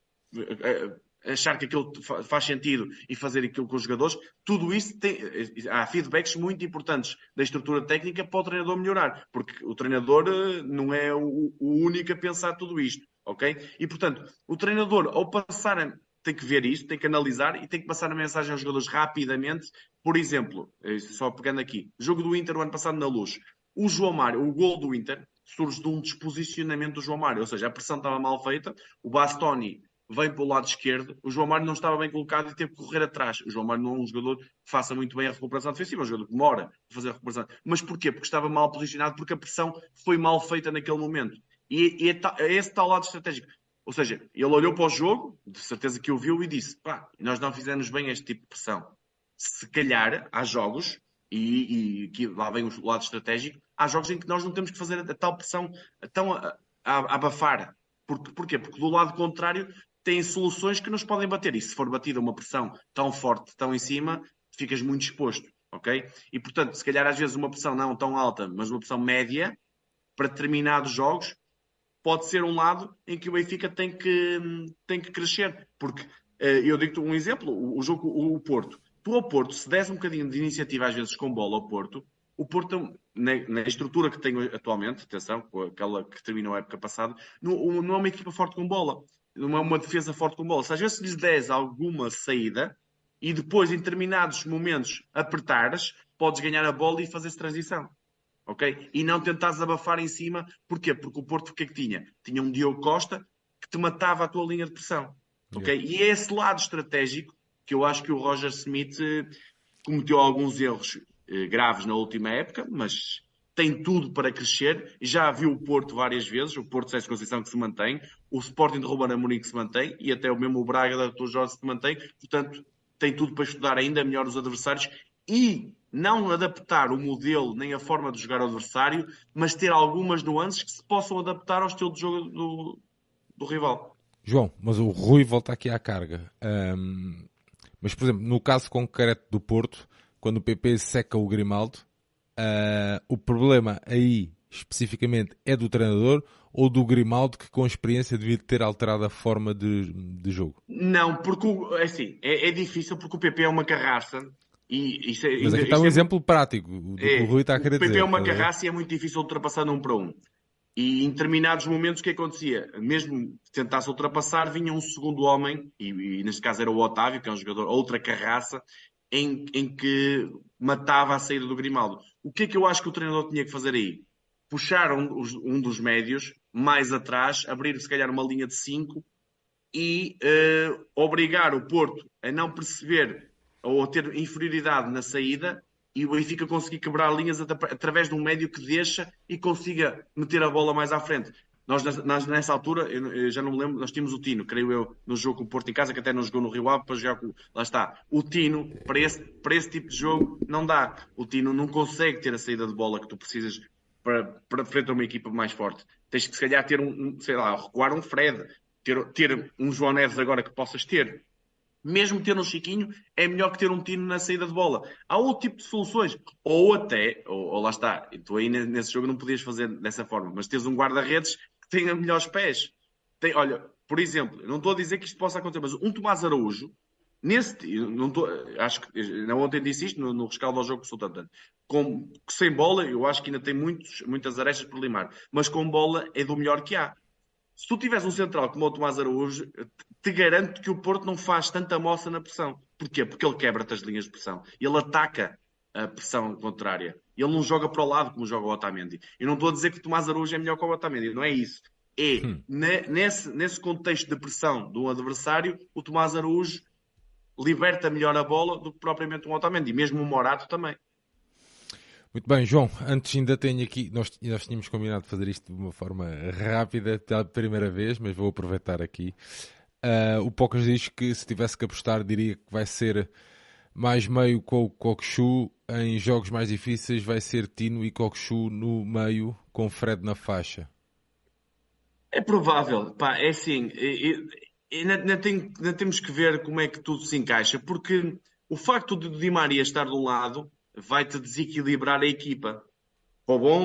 uh, achar que aquilo faz sentido e fazer aquilo com os jogadores. Tudo isso tem, há feedbacks muito importantes da estrutura técnica para o treinador melhorar, porque o treinador uh, não é o, o único a pensar tudo isto, ok? E portanto, o treinador ao passar a tem que ver isto, tem que analisar e tem que passar a mensagem aos jogadores rapidamente. Por exemplo, só pegando aqui, jogo do Inter o ano passado na Luz. O João Mário, o gol do Inter, surge de um desposicionamento do João Mário, ou seja, a pressão estava mal feita, o Bastoni vem para o lado esquerdo, o João Mário não estava bem colocado e teve que correr atrás. O João Mário não é um jogador que faça muito bem a recuperação defensiva, é um jogador que demora a fazer a recuperação. Mas porquê? Porque estava mal posicionado, porque a pressão foi mal feita naquele momento. E, e é, é esse tal lado estratégico. Ou seja, ele olhou para o jogo, de certeza que o viu e disse, pá, nós não fizemos bem este tipo de pressão. Se calhar, há jogos, e, e que lá vem o lado estratégico, há jogos em que nós não temos que fazer a, a tal pressão tão a, a, a abafar. Porque, porquê? Porque do lado contrário tem soluções que nos podem bater. E se for batida uma pressão tão forte, tão em cima, ficas muito exposto, ok? E portanto, se calhar às vezes uma pressão não tão alta, mas uma pressão média, para determinados jogos, pode ser um lado em que o Benfica tem que, tem que crescer. Porque, eu digo-te um exemplo, o, o jogo, o, o Porto. Tu ao Porto, se des um bocadinho de iniciativa às vezes com bola ao Porto, o Porto, na, na estrutura que tem atualmente, atenção, com aquela que terminou a época passada, não, não é uma equipa forte com bola. Não é uma defesa forte com bola. Se às vezes lhes des alguma saída e depois, em determinados momentos, apertares, podes ganhar a bola e fazer-se transição. Ok? E não tentares abafar em cima. Porquê? Porque o Porto o que é que tinha? Tinha um Diogo Costa que te matava a tua linha de pressão. Ok? Yeah. E é esse lado estratégico que eu acho que o Roger Smith eh, cometeu alguns erros eh, graves na última época, mas tem tudo para crescer. Já viu o Porto várias vezes, o Porto Sérgio Conceição que se mantém, o Sporting de Ruben Amorim que se mantém e até o mesmo o Braga da Artur Jorge se mantém. Portanto, tem tudo para estudar ainda melhor os adversários e não adaptar o modelo nem a forma de jogar o adversário, mas ter algumas nuances que se possam adaptar ao estilo de jogo do, do rival. João, mas o Rui volta aqui à carga. Um, mas, por exemplo, no caso concreto do Porto, quando o P P seca o Grimaldo, uh, o problema aí, especificamente, é do treinador ou do Grimaldo que, com a experiência, devia ter alterado a forma de, de jogo? Não, porque assim, é, é difícil porque o P P é uma carraça. E, isto é, Mas aqui está um é, exemplo prático do é, que o Rui está a querer dizer. O P P é uma carraça e é muito difícil ultrapassar num para um. E em determinados momentos o que acontecia? Mesmo que tentasse ultrapassar, vinha um segundo homem, e, e neste caso era o Otávio, que é um jogador, outra carraça, em, em que matava a saída do Grimaldo. O que é que eu acho que o treinador tinha que fazer aí? Puxar um, um dos médios mais atrás, abrir se calhar uma linha de cinco e uh, obrigar o Porto a não perceber ou a ter inferioridade na saída e o Benfica conseguir quebrar linhas através de um médio que deixa e consiga meter a bola mais à frente. Nós, nós nessa altura, eu, eu já não me lembro, nós tínhamos o Tino, creio eu, no jogo com o Porto em casa, que até não jogou no Rio Ave para jogar com... Lá está. O Tino, para esse, para esse tipo de jogo, não dá. O Tino não consegue ter a saída de bola que tu precisas para, para frente a uma equipa mais forte. Tens que, se calhar, ter um, um sei lá, recuar um Fred, ter, ter um João Neves agora que possas ter. Mesmo ter um Chiquinho, é melhor que ter um Tino na saída de bola. Há outro tipo de soluções. Ou até, ou, ou lá está, e tu aí nesse jogo não podias fazer dessa forma, mas tens um guarda-redes que tenha melhores pés. Tem, olha, por exemplo, não estou a dizer que isto possa acontecer, mas um Tomás Araújo, nesse, não estou, acho que, não ontem disse isto, no, no rescaldo ao jogo com o Southampton, com, sem bola, eu acho que ainda tem muitos, muitas arestas por limar, mas com bola é do melhor que há. Se tu tiveres um central como o Tomás Araújo, te garanto que o Porto não faz tanta moça na pressão. Porquê? Porque ele quebra-te as linhas de pressão. Ele ataca a pressão contrária. Ele não joga para o lado como joga o Otamendi. Eu não estou a dizer que o Tomás Araújo é melhor que o Otamendi. Não é isso. É, hum. nesse, nesse contexto de pressão do adversário, o Tomás Araújo liberta melhor a bola do que propriamente um Otamendi. Mesmo o Morato também. Muito bem, João, antes ainda tenho aqui, nós, nós tínhamos combinado de fazer isto de uma forma rápida pela primeira vez, mas vou aproveitar aqui. Uh, o Pocas diz que se tivesse que apostar diria que vai ser mais meio com o Cockchu, em jogos mais difíceis vai ser Tino e Cockchu no meio com Fred na faixa. É provável, pá, é assim, ainda temos que ver como é que tudo se encaixa, porque o facto de Di Maria estar de um lado vai-te desequilibrar a equipa. Para o bom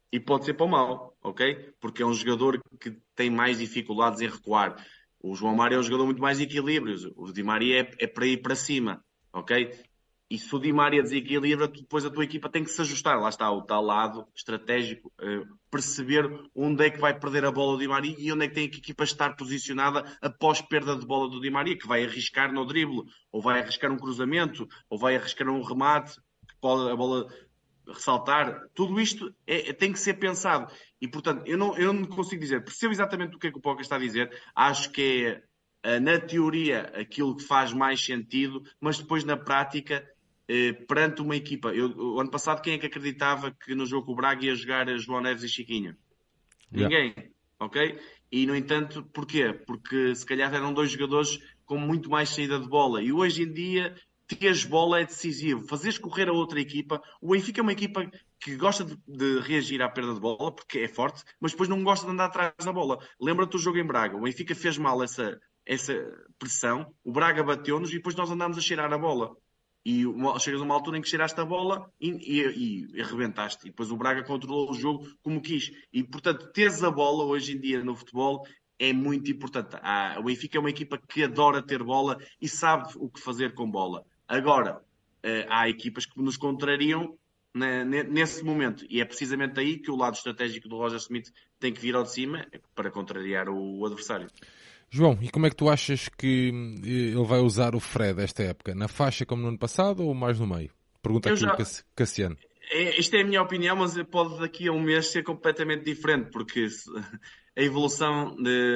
e pode ser para o mal, ok? Porque é um jogador que tem mais dificuldades em recuar. O João Mário é um jogador muito mais de equilíbrios. O Di Maria é, é para ir para cima, ok? E se o Di Maria desequilibra, depois a tua equipa tem que se ajustar. Lá está o tal lado estratégico, eh, perceber onde é que vai perder a bola do Di Maria e onde é que tem a equipa estar posicionada após perda de bola do Di Maria, que vai arriscar no drible, ou vai arriscar um cruzamento, ou vai arriscar um remate, que pode a bola ressaltar. Tudo isto é, é- tem que ser pensado. E, portanto, eu não, eu não consigo dizer. Percebo exatamente o que é que o Poca está a dizer. Acho que é, eh, na teoria, aquilo que faz mais sentido, mas depois na prática, eh, perante uma equipa. Eu, o ano passado, quem é que acreditava que no jogo com o Braga ia jogar João Neves e Chiquinho? Yeah. Ninguém, ok? E, no entanto, porquê? Porque se calhar eram dois jogadores com muito mais saída de bola. E hoje em dia, teres bola é decisivo. Fazeres correr a outra equipa. O Benfica é uma equipa que gosta de, de reagir à perda de bola, porque é forte, mas depois não gosta de andar atrás da bola. Lembra-te do jogo em Braga. O Benfica fez mal essa, essa pressão, o Braga bateu-nos e depois nós andámos a cheirar a bola. E uma, chegas a uma altura em que cheiraste a bola e, e, e arrebentaste. E depois o Braga controlou o jogo como quis. E, portanto, teres a bola hoje em dia no futebol é muito importante. Ah, o Benfica é uma equipa que adora ter bola e sabe o que fazer com bola. Agora, eh, há equipas que nos contrariam na- ne- nesse momento. E é precisamente aí que o lado estratégico do Roger Smith tem que vir ao de cima para contrariar o adversário. João, e como é que tu achas que hum, ele vai usar o Fred esta época? Na faixa como no ano passado ou mais no meio? Pergunta Eu aqui o já, Cass- Cassiano. É, isto é a minha opinião, mas pode daqui a um mês ser completamente diferente, porque se- a evolução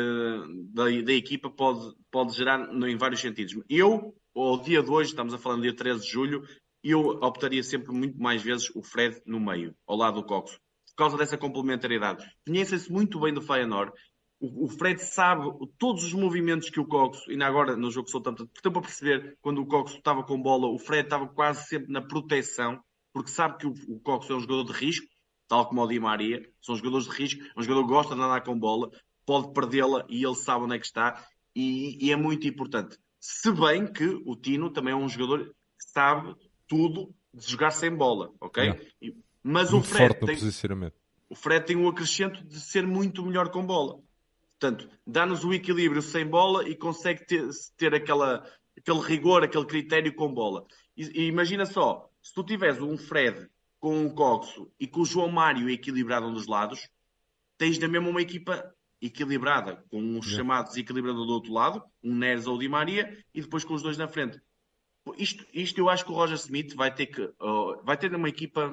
de- da, da equipa pode, pode gerar no- em vários sentidos. Eu, ao dia de hoje, estamos a falar no dia treze de julho, eu optaria sempre muito mais vezes o Fred no meio, ao lado do Coxo, por causa dessa complementariedade. Conhecem-se muito bem do Feyenoord. O, o Fred sabe todos os movimentos que o Coxo, ainda agora no jogo Southampton, estão para perceber, quando o Coxo estava com bola, o Fred estava quase sempre na proteção, porque sabe que o, o Coxo é um jogador de risco, tal como o Di Maria, são jogadores de risco, é um jogador que gosta de andar com bola, pode perdê-la e ele sabe onde é que está, e, e é muito importante. Se bem que o Tino também é um jogador que sabe tudo de jogar sem bola, Yeah. ok? E- mas o Muito forte Fred no tem, posicionamento. o Fred tem um acrescento de ser muito melhor com bola. Portanto, dá-nos o equilíbrio sem bola e consegue ter, ter aquela, aquele rigor, aquele critério com bola. E, e imagina só, se tu tiveres um Fred com um Coxo e com o João Mário equilibrado nos lados, tens da mesma uma equipa equilibrada, com os Yeah. chamados equilibrador do outro lado, um Neres ou o Di Maria, e depois com os dois na frente. Isto, isto eu acho que o Roger Smith vai ter que uh, vai ter uma equipa,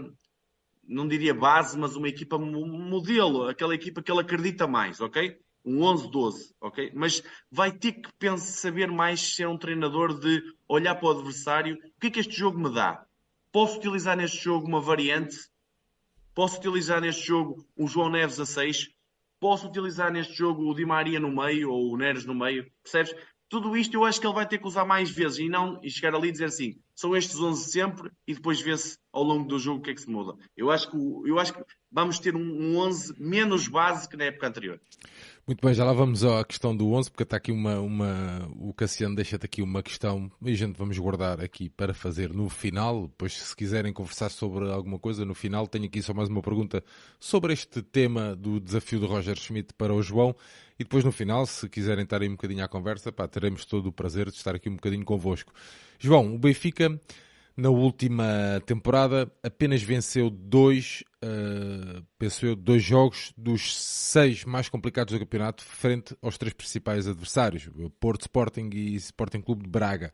não diria base, mas uma equipa modelo, aquela equipa que ele acredita mais, ok? Um onze doze, ok? Mas vai ter que pensar, saber mais ser um treinador de olhar para o adversário. O que é que este jogo me dá? Posso utilizar neste jogo uma variante? Posso utilizar neste jogo o João Neves a seis? Posso utilizar neste jogo o Di Maria no meio ou o Neres no meio? Percebes? Tudo isto eu acho que ele vai ter que usar mais vezes e não e chegar ali e dizer assim, são estes onze sempre e depois vê-se ao longo do jogo o que é que se muda. Eu acho que, eu acho que vamos ter um, um onze menos base que na época anterior. Muito bem, já lá vamos à questão do onze, porque está aqui uma, uma o Cassiano deixa-te aqui uma questão e a gente vamos guardar aqui para fazer no final. Depois, se quiserem conversar sobre alguma coisa no final, tenho aqui só mais uma pergunta sobre este tema do desafio de Roger Schmidt para o João. E depois no final, se quiserem estar aí um bocadinho à conversa, pá, teremos todo o prazer de estar aqui um bocadinho convosco. João, o Benfica na última temporada apenas venceu dois, uh, penso eu, dois jogos dos seis mais complicados do campeonato frente aos três principais adversários, Porto, Sporting e Sporting Clube de Braga.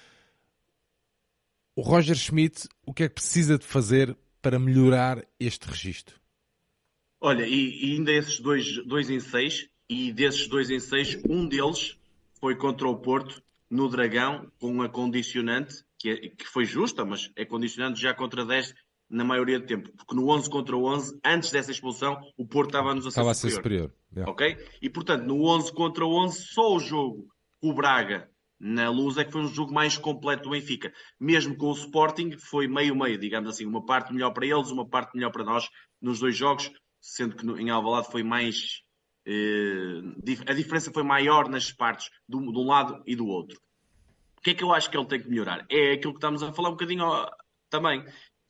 O Roger Schmidt, o que é que precisa de fazer para melhorar este registro? Olha, e, e ainda esses dois, dois em seis, e desses dois em seis, um deles foi contra o Porto, no Dragão, com a condicionante, que, é- que foi justa, mas é condicionante já contra dez na maioria do tempo. Porque no onze contra onze, antes dessa expulsão, o Porto estava-nos a ser Estava a ser superior. superior. Yeah. Ok? E portanto, no onze contra onze, só o jogo com o Braga na Luz é que foi um jogo mais completo do Benfica. Mesmo com o Sporting, foi meio-meio, digamos assim, uma parte melhor para eles, uma parte melhor para nós nos dois jogos, sendo que no- em Alvalade foi mais. eh, dif- a diferença foi maior nas partes, de um de um lado e do outro. O que é que eu acho que ele tem que melhorar? É aquilo que estamos a falar um bocadinho ó, também.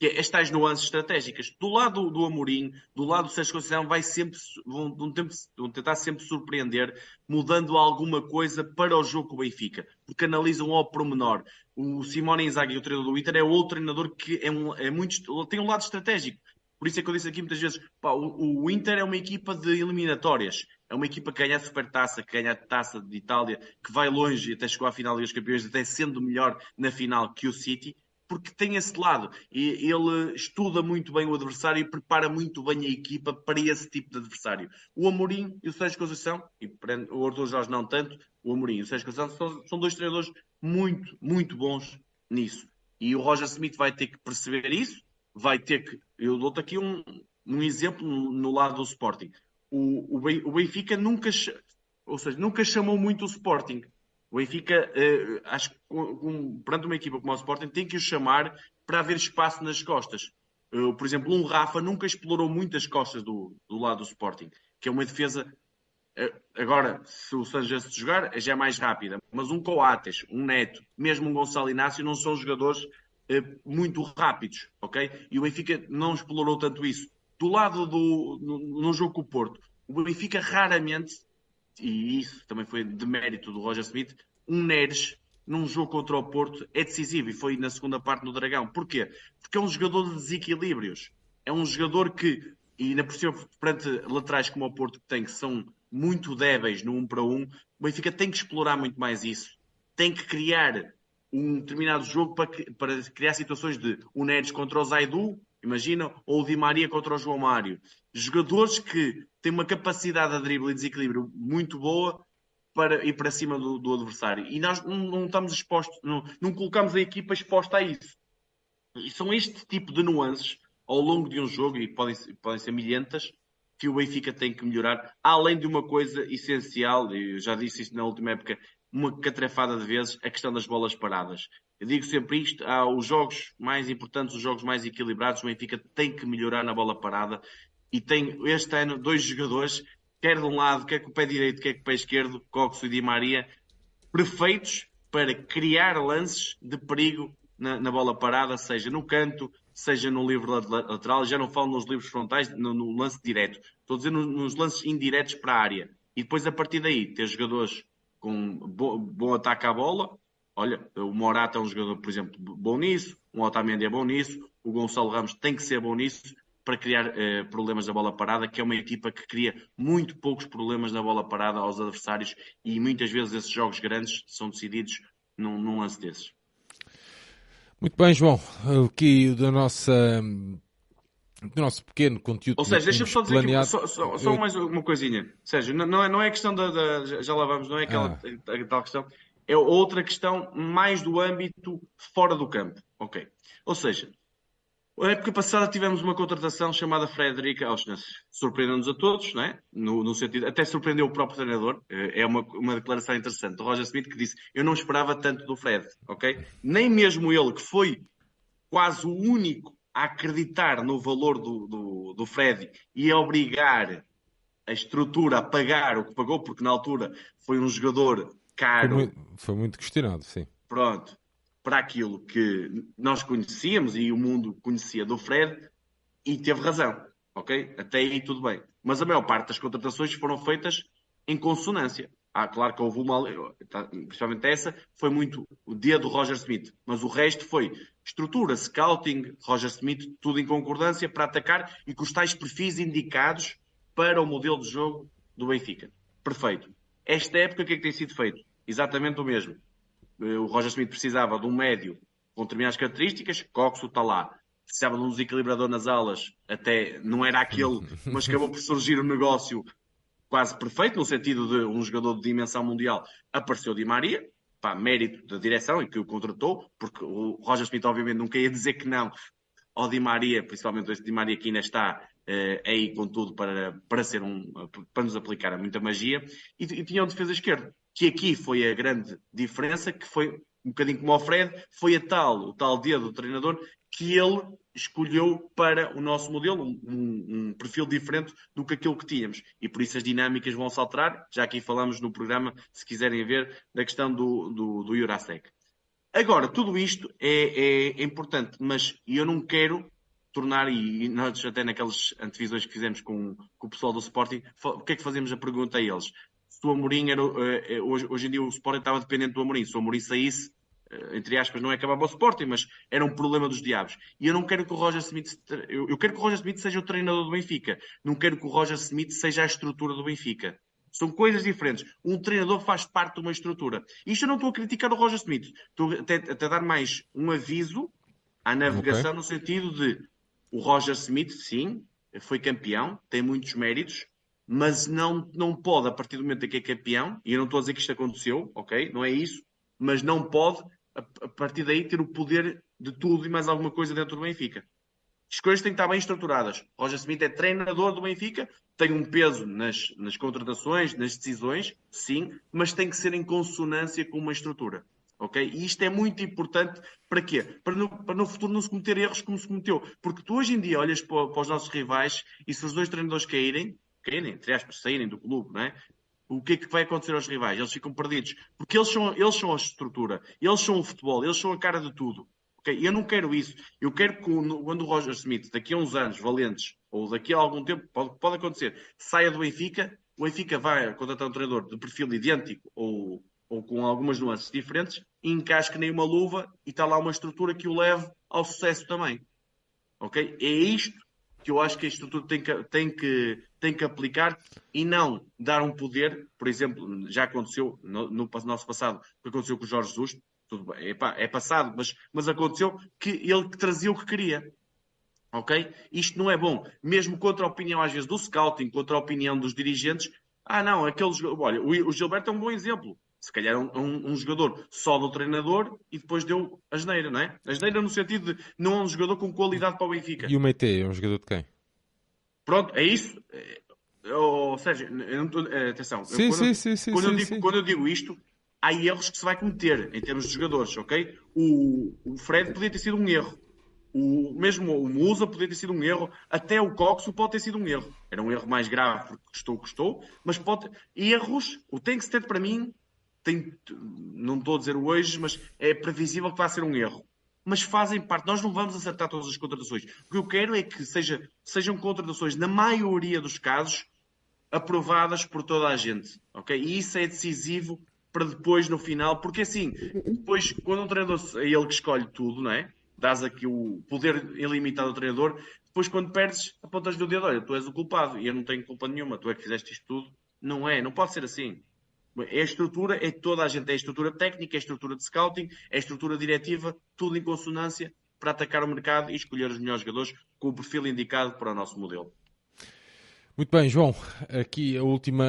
que é estas nuances estratégicas. Do lado do, do Amorim, do lado do Sérgio Conceição, vai sempre, vão, vão, tempo, vão tentar sempre surpreender, mudando alguma coisa para o jogo com o Benfica, porque analisam ao pormenor. O Simone Inzaghi, o treinador do Inter, é outro treinador que é, um, é muito, tem um lado estratégico. Por isso é que eu disse aqui muitas vezes, pá, o, o Inter é uma equipa de eliminatórias. É uma equipa que ganha a Supertaça, que ganha a Taça de Itália, que vai longe e até chegou à final dos Campeões, até sendo melhor na final que o City, porque tem esse lado. E ele estuda muito bem o adversário e prepara muito bem a equipa para esse tipo de adversário. O Amorim e o Sérgio Conceição, e o Arthur Jorge não tanto, o Amorim e o Sérgio Conceição são, são dois treinadores muito, muito bons nisso. E o Roger Smith vai ter que perceber isso, vai ter que... Eu dou-te aqui um, um exemplo no, no lado do Sporting. O, o Benfica nunca, ou seja, nunca chamou muito o Sporting. O Benfica, eh, acho que um, perante uma equipa como o Sporting, tem que o chamar para haver espaço nas costas. Uh, por exemplo, um Rafa nunca explorou muito as costas do, do lado do Sporting, que é uma defesa. Uh, agora, se o Sanches jogar, já é mais rápida. Mas um Coates, um Neto, mesmo um Gonçalo Inácio, não são jogadores uh, muito rápidos, ok? E o Benfica não explorou tanto isso. Do lado do no, no jogo com o Porto, o Benfica raramente, e isso também foi de mérito do Roger Smith, um Neres num jogo contra o Porto é decisivo, e foi na segunda parte no Dragão. Porquê? Porque é um jogador de desequilíbrios. É um jogador que, e ainda por cima, perante laterais como o Porto que tem, que são muito débeis no um para um, o Benfica tem que explorar muito mais isso. Tem que criar um determinado jogo para, para criar situações de o Neres contra o Zaidu, imagina, ou o Di Maria contra o João Mário. Jogadores que têm uma capacidade de drible e desequilíbrio muito boa para ir para cima do, do adversário. E nós não, não estamos expostos, não, não colocamos a equipa exposta a isso. E são este tipo de nuances ao longo de um jogo, e podem, podem ser milhentas, que o Benfica tem que melhorar, além de uma coisa essencial, e eu já disse isso na última época, uma catrefada de vezes, a questão das bolas paradas. Eu digo sempre isto, há os jogos mais importantes, os jogos mais equilibrados, o Benfica tem que melhorar na bola parada, e tem este ano dois jogadores, quer de um lado, quer com o pé direito, quer com o pé esquerdo, Coxo e Di Maria, perfeitos para criar lances de perigo na, na bola parada, seja no canto, seja no livre lateral. Já não falo nos livros frontais, no, no lance direto. Estou a dizer nos, nos lances indiretos para a área. E depois, a partir daí, ter jogadores com bo, bom ataque à bola. Olha, o Morata é um jogador, por exemplo, bom nisso. O Otamendi é bom nisso. O Gonçalo Ramos tem que ser bom nisso, para criar eh, problemas na bola parada, que é uma equipa que cria muito poucos problemas na bola parada aos adversários, e muitas vezes esses jogos grandes são decididos num, num lance desses. Muito bem, João. Aqui da nossa, do nosso pequeno conteúdo. Ou seja, deixa-me só dizer planeado... aqui, só, só, só eu... mais uma coisinha. Sérgio, não é, não é questão da, da... Já lá vamos, não é aquela ah. tal questão. É outra questão mais do âmbito fora do campo. Ok. Ou seja, a época passada tivemos uma contratação chamada Frederic Auschwitz. Surpreendeu-nos a todos, não é? No, no sentido, até surpreendeu o próprio treinador. É uma, uma declaração interessante do Roger Smith, que disse: eu não esperava tanto do Fred, ok? Nem mesmo ele, que foi quase o único a acreditar no valor do, do, do Fred e a obrigar a estrutura a pagar o que pagou, porque na altura foi um jogador caro. Foi muito, foi muito questionado, sim. Pronto. Para aquilo que nós conhecíamos e o mundo conhecia do Fred, e teve razão, ok? Até aí tudo bem. Mas a maior parte das contratações foram feitas em consonância. Ah, claro que houve uma, principalmente essa, foi muito o dia do Roger Smith, mas o resto foi estrutura, scouting, Roger Smith, tudo em concordância para atacar e com os tais perfis indicados para o modelo de jogo do Benfica. Perfeito. Esta época, o que é que tem sido feito? Exatamente o mesmo. O Roger Smith precisava de um médio com determinadas características, Coxo está lá. Precisava de um desequilibrador nas alas, até não era aquele, mas acabou por surgir um negócio quase perfeito, no sentido de um jogador de dimensão mundial. Apareceu Di Maria, pá, mérito da direção e que o contratou, porque o Roger Smith obviamente nunca ia dizer que não ao Di Maria, principalmente esse Di Maria que ainda está uh, aí com tudo para, para, ser um, para nos aplicar a muita magia, e, e tinha um defesa esquerdo, que aqui foi a grande diferença, que foi um bocadinho como o Fred, foi a tal, o tal dedo do treinador, que ele escolheu para o nosso modelo, um, um, um perfil diferente do que aquilo que tínhamos. E por isso as dinâmicas vão se alterar. Já aqui falamos no programa, se quiserem ver, da questão do, do, do Jurasek. Agora, tudo isto é, é, é importante, mas eu não quero tornar, e, e nós até naquelas antevisões que fizemos com, com o pessoal do Sporting, o que é que fazemos a pergunta a eles? Se o Amorim era, uh, hoje, hoje em dia o Sporting estava dependente do Amorim, se o Amorim saísse, uh, entre aspas, não é acabar o Sporting, mas era um problema dos diabos. E eu não quero que o Roger Smith, eu, eu quero que o Roger Smith seja o treinador do Benfica, não quero que o Roger Smith seja a estrutura do Benfica. São coisas diferentes. Um treinador faz parte de uma estrutura. Isto eu não estou a criticar o Roger Smith. Estou até, até a dar mais um aviso à navegação, okay, no sentido de o Roger Smith, sim, foi campeão, tem muitos méritos, mas não, não pode, a partir do momento em que é campeão, e eu não estou a dizer que isto aconteceu, ok? Não é isso, mas não pode, a, a partir daí, ter o poder de tudo e mais alguma coisa dentro do Benfica. As coisas têm que estar bem estruturadas. Roger Smith é treinador do Benfica, tem um peso nas, nas contratações, nas decisões, sim, mas tem que ser em consonância com uma estrutura. Okay? E isto é muito importante para quê? Para no, para no futuro não se cometer erros como se cometeu. Porque tu hoje em dia olhas para, para os nossos rivais e se os dois treinadores caírem, caírem, entre aspas, saírem do clube, não é? O que é que vai acontecer aos rivais? Eles ficam perdidos. Porque eles são, eles são a estrutura, eles são o futebol, eles são a cara de tudo. Okay? Eu não quero isso. Eu quero que quando o Roger Smith, daqui a uns anos valentes, ou daqui a algum tempo, pode, pode acontecer, saia do Benfica, o Benfica vai contratar um treinador de perfil idêntico ou, ou com algumas nuances diferentes, e encasque nem uma luva e está lá uma estrutura que o leve ao sucesso também. Ok? É isto que eu acho que a estrutura tem que, tem que, tem que aplicar e não dar um poder, por exemplo, já aconteceu no, no nosso passado, o que aconteceu com o Jorge Jesus, tudo bem, é, pá, é passado, mas, mas aconteceu que ele trazia o que queria. Ok? Isto não é bom. Mesmo contra a opinião, às vezes, do scouting, contra a opinião dos dirigentes. Ah, não, aqueles. Olha, o Gilberto é um bom exemplo. Se calhar um, um, um jogador só do treinador e depois deu asneira, não é? Asneira no sentido de não é um jogador com qualidade para o Benfica. E o Meite é um jogador de quem? Pronto, é isso. Ou seja, eu não tô, atenção. Sim, quando, sim, eu, sim, sim, quando, sim, eu digo, sim. quando eu digo isto, há erros que se vai cometer em termos de jogadores, ok? O, o Fred podia ter sido um erro. O, mesmo o Musa podia ter sido um erro. Até o Coxo pode ter sido um erro. Era um erro mais grave porque custou, custou. Mas pode... Erros, o tem que se ter para mim, tem, não estou a dizer hoje, mas é previsível que vai ser um erro. Mas fazem parte. Nós não vamos acertar todas as contratações. O que eu quero é que seja, sejam contratações, na maioria dos casos, aprovadas por toda a gente. Okay? E isso é decisivo para depois, no final, porque assim, depois, quando um treinador é ele que escolhe tudo, não é? Dás aqui o poder ilimitado ao treinador, depois quando perdes, apontas-lhe o dedo, olha, tu és o culpado e eu não tenho culpa nenhuma, tu é que fizeste isto tudo. Não é, não pode ser assim. É a estrutura, é toda a gente, é a estrutura técnica, é a estrutura de scouting, é a estrutura diretiva, tudo em consonância para atacar o mercado e escolher os melhores jogadores com o perfil indicado para o nosso modelo. Muito bem, João, aqui a última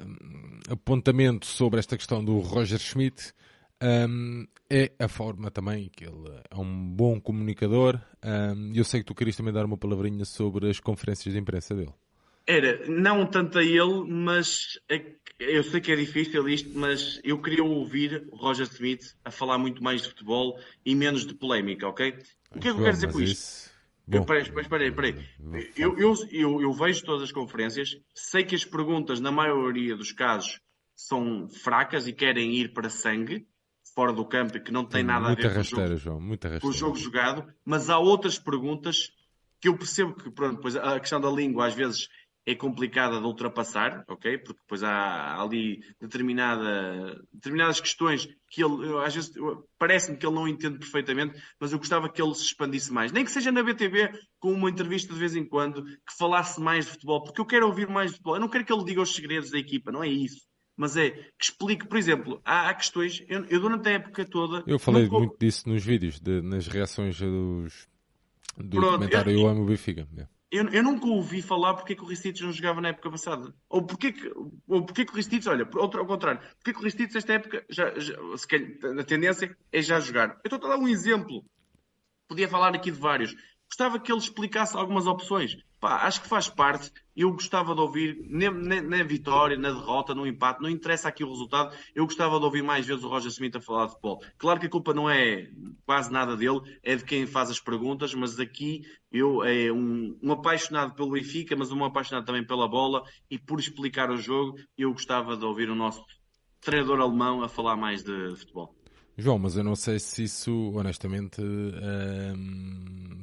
apontamento sobre esta questão do Roger Schmidt um, é a forma também que ele é um bom comunicador. Um, eu sei que tu querias também dar uma palavrinha sobre as conferências de imprensa dele. Era, não tanto a ele, mas eu sei que é difícil isto, mas eu queria ouvir o Roger Smith a falar muito mais de futebol e menos de polémica, ok? O que é que eu quero dizer com isto? Isso... Bom, Mas espera aí, espera aí. Eu, eu, eu, eu vejo todas as conferências, sei que as perguntas, na maioria dos casos, são fracas e querem ir para sangue, fora do campo, e que não tem nada a ver com o jogo, João, com o jogo jogado, mas há outras perguntas que eu percebo que, pronto, pois a questão da língua às vezes é complicada de ultrapassar, ok? Porque depois há ali determinada, determinadas questões que ele, eu, às vezes, parece-me que ele não entende perfeitamente, mas eu gostava que ele se expandisse mais. Nem que seja na B T V, com uma entrevista de vez em quando, que falasse mais de futebol, porque eu quero ouvir mais de futebol. Eu não quero que ele diga os segredos da equipa, não é isso. Mas é que explique, por exemplo, há, há questões, eu, eu durante a época toda... Eu falei nunca... muito disso nos vídeos, de, nas reações dos, do Pronto, documentário Eu, eu Amo o Benfica. É. Eu, eu nunca ouvi falar porque é que o Ristich não jogava na época passada. Ou porque que, ou porque que o Ristich, olha, outro, ao contrário, porque que o Ristich nesta época, já, já, se calhar, a tendência é já jogar. Eu estou a dar um exemplo. Podia falar aqui de vários. Gostava que ele explicasse algumas opções. Pá, acho que faz parte. Eu gostava de ouvir, na, na, na vitória, na derrota, no empate, não interessa aqui o resultado. Eu gostava de ouvir mais vezes o Roger Smith a falar de futebol. Claro que a culpa não é quase nada dele, é de quem faz as perguntas, mas aqui eu é um, um apaixonado pelo Benfica, mas um apaixonado também pela bola e por explicar o jogo, eu gostava de ouvir o nosso treinador alemão a falar mais de futebol. João, mas eu não sei se isso, honestamente, hum,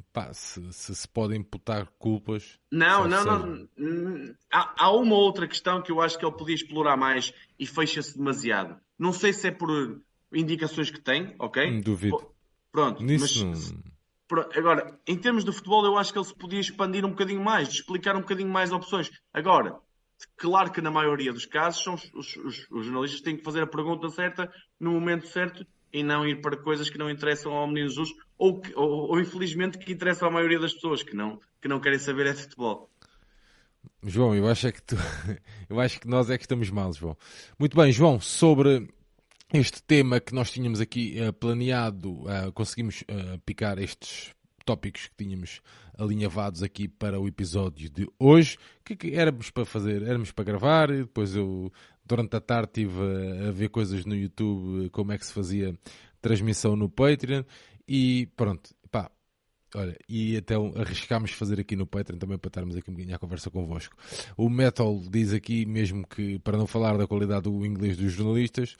pá, se, se se pode imputar culpas, Não, salvo não, seja. não. Há, há uma outra questão que eu acho que ele podia explorar mais e fecha-se demasiado. Não sei se é por indicações que tem, Hum, ok? Duvido. Pô, pronto, Nisso mas não. Pro- agora, em termos de futebol, eu acho que ele se podia expandir um bocadinho mais, de explicar um bocadinho mais opções. Agora, claro que na maioria dos casos são os, os- os- os jornalistas que têm que fazer a pergunta certa no momento certo e não ir para coisas que não interessam ao menino Jesus ou, que- ou, ou, infelizmente que interessam à maioria das pessoas que não, que não querem saber é de futebol. João, eu acho é que tu... eu acho que nós é que estamos mal, João. Muito bem, João, sobre este tema que nós tínhamos aqui eh, planeado, eh, conseguimos eh, picar estes tópicos que tínhamos alinhavados aqui para o episódio de hoje, que, que éramos para fazer, éramos para gravar, e depois eu durante a tarde estive a, a ver coisas no YouTube, eh, como é que se fazia transmissão no Patreon, e pronto, pá, olha, e então arriscámos fazer aqui no Patreon também para estarmos aqui um bocadinho à conversa convosco. O Metal diz aqui, mesmo que para não falar da qualidade do inglês dos jornalistas,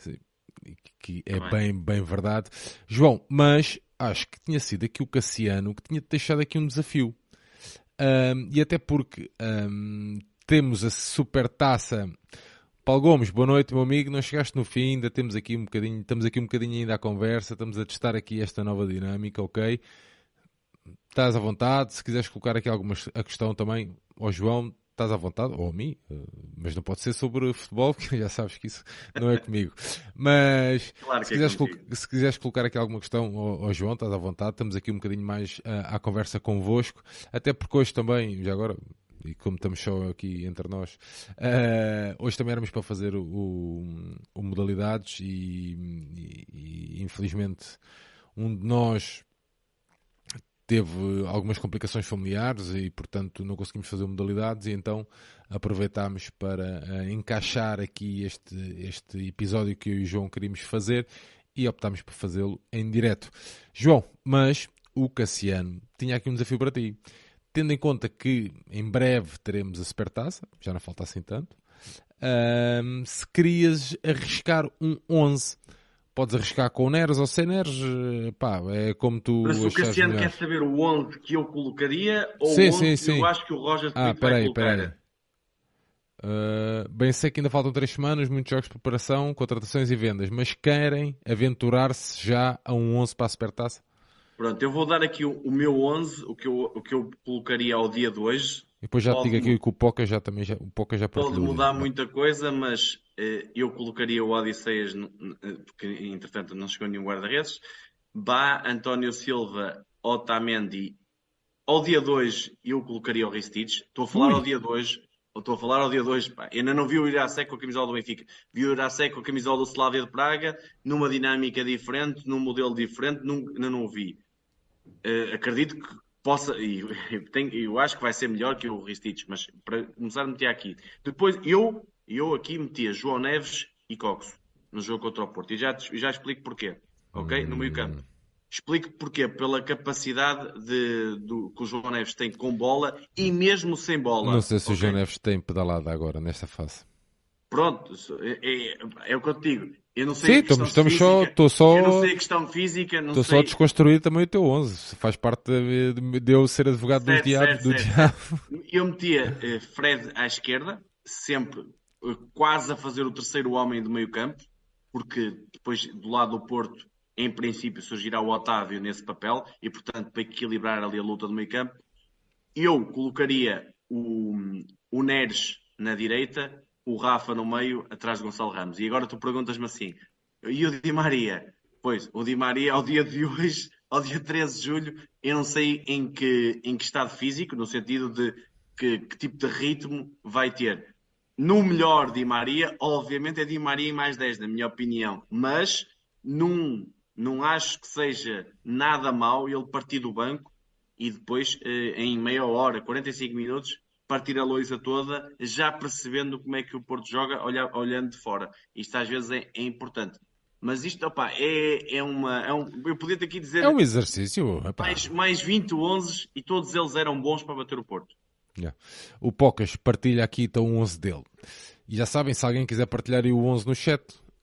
que é Também. bem, bem verdade. João, mas acho que tinha sido aqui o Cassiano que tinha deixado aqui um desafio. Um, e até porque um, temos a super taça. Paulo Gomes, boa noite, meu amigo. Não chegaste no fim, ainda temos aqui um bocadinho, estamos aqui um bocadinho ainda à conversa, estamos a testar aqui esta nova dinâmica, ok? Estás à vontade, se quiseres colocar aqui alguma a questão também ao João, estás à vontade, ou a mim, mas não pode ser sobre futebol, porque já sabes que isso não é comigo. Mas Claro se que é quiseres, contigo. se quiseres colocar aqui alguma questão ao, ao João, estás à vontade, estamos aqui um bocadinho mais uh, à conversa convosco, até porque hoje também, já agora, e como estamos só aqui entre nós, uh, hoje também éramos para fazer o, o, o modalidades e, e, e infelizmente um de nós teve algumas complicações familiares e, portanto, não conseguimos fazer modalidades e então aproveitámos para uh, encaixar aqui este, este episódio que eu e o João queríamos fazer e optámos por fazê-lo em direto. João, mas o Cassiano tinha aqui um desafio para ti. Tendo em conta que em breve teremos a Supertaça, já não falta assim tanto, uh, se querias arriscar um onze, podes arriscar com Neres ou sem Neres, pá, é como tu Mas o achares Cassiano melhor. quer saber o onze que eu colocaria ou Sim, o sim, onze que eu sim. acho que o Roger Ah, Smith vai peraí, colocar. peraí. Uh, bem sei que ainda faltam três semanas, muitos jogos de preparação, contratações e vendas, mas querem aventurar-se já a um onze para a Supertaça? Pronto, eu vou dar aqui o, o meu onze, o que, eu, o que eu colocaria ao dia de hoje. E depois já te Pode, digo aqui mu- que o Poca já também já, o Poca já pode partilhou o dele. mudar Vai. muita coisa, mas eh, eu colocaria o Odisseias, n- n- porque entretanto não chegou nenhum guarda-redes. Bá, António Silva, Otamendi. Ao dia de hoje eu colocaria o Ristich. Estou a falar ao Ui! dia de hoje. Eu estou a falar ao dia de hoje. Pá. Eu ainda não vi o Iracek com a camisola do Benfica. Vi o Iracek com a camisola do Slavia de Praga, numa dinâmica diferente, num modelo diferente, num, ainda não o vi. Uh, acredito que possa, e tenho, eu acho que vai ser melhor que o Ristich, mas para começar, metia aqui. Depois, eu, eu aqui metia João Neves e Coxo no jogo contra o Porto. E já, já explico porquê, ok? No meio campo. Hum, Explico porquê. Pela capacidade de, do, que o João Neves tem com bola e mesmo sem não bola, sei se o João ok? Neves tem pedalada agora, nesta fase. Pronto, é, é, é o que eu te digo. Eu não sei Sim, a estamos, questão de estamos só, física, estou eu não só, sei a questão de física, não estou só a sei. desconstruir também o teu onze. Faz parte de, de, de eu ser advogado dos Certo, diabos, certo, do certo, certo. diabo. Eu metia eh, Fred à esquerda, sempre eh, quase a fazer o terceiro homem do meio campo, porque depois do lado do Porto, em princípio, surgirá o Otávio nesse papel, e portanto, para equilibrar ali a luta do meio campo, eu colocaria o, o Neres na direita, o Rafa no meio, atrás de Gonçalo Ramos. E agora tu perguntas-me assim, e o Di Maria? Pois, o Di Maria, ao dia de hoje, ao dia treze de julho, eu não sei em que, em que estado físico, no sentido de que, que tipo de ritmo vai ter. No melhor Di Maria, obviamente é Di Maria em mais dez, na minha opinião. Mas num, não acho que seja nada mau ele partir do banco e depois, eh, em meia hora, quarenta e cinco minutos, partir a louça toda, já percebendo como é que o Porto joga, olha, olhando de fora. Isto às vezes é, é importante. Mas isto, opá, é, é uma. É um, eu podia ter aqui É um dizer exercício, epá. mais, mais vinte onze e todos eles eram bons para bater o Porto. Yeah. O Pocas partilha aqui então o onze dele. E já sabem, se alguém quiser partilhar aí o onze no chat,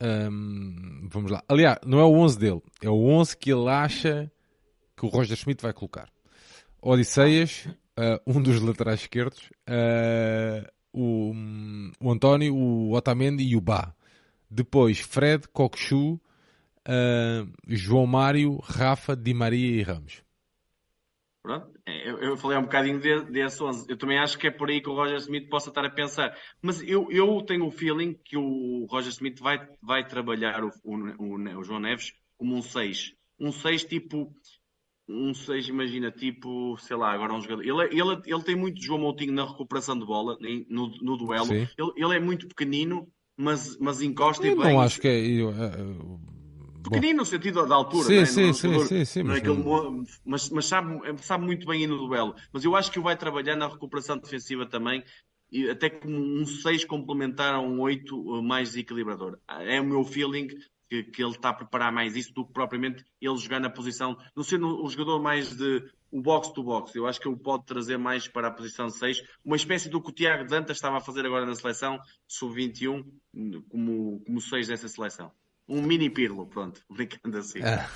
hum, vamos lá. Aliás, não é o onze dele, é o onze que ele acha que o Roger Schmidt vai colocar. Odisseias, uh, um dos laterais esquerdos, uh, o, o António, o Otamendi e o Bá. Depois Fred, Cockchu, uh, João Mário, Rafa, Di Maria e Ramos. Pronto, eu, eu falei um bocadinho de, desse onze. Eu também acho que é por aí que o Roger Smith possa estar a pensar. Mas eu, eu tenho o feeling que o Roger Smith vai, vai trabalhar o, o, o, o João Neves como um seis. Um seis tipo... Um seis, imagina, tipo, sei lá, agora um jogador. Ele, ele, ele tem muito João Moutinho na recuperação de bola, no, no duelo. Ele, ele é muito pequenino, mas, mas encosta Eu e não bem. acho que é... Eu, uh, Pequenino no sentido da altura, sim, não é? sim, Não, sim, jogador, sim, sim, não é mas, aquele, não... mas, mas sabe, sabe muito bem ir no duelo. Mas eu acho que o vai trabalhar na recuperação defensiva também, e até como um seis complementar a um oito mais desequilibrador. É o meu feeling que, que ele está a preparar mais isso do que propriamente ele jogar na posição, não sendo o jogador mais de o box to box. Eu acho que ele pode trazer mais para a posição seis, uma espécie do que o Tiago Dantas estava a fazer agora na seleção sub vinte e um, como, como seis dessa seleção. Um mini Pirlo, pronto, brincando assim. Ah.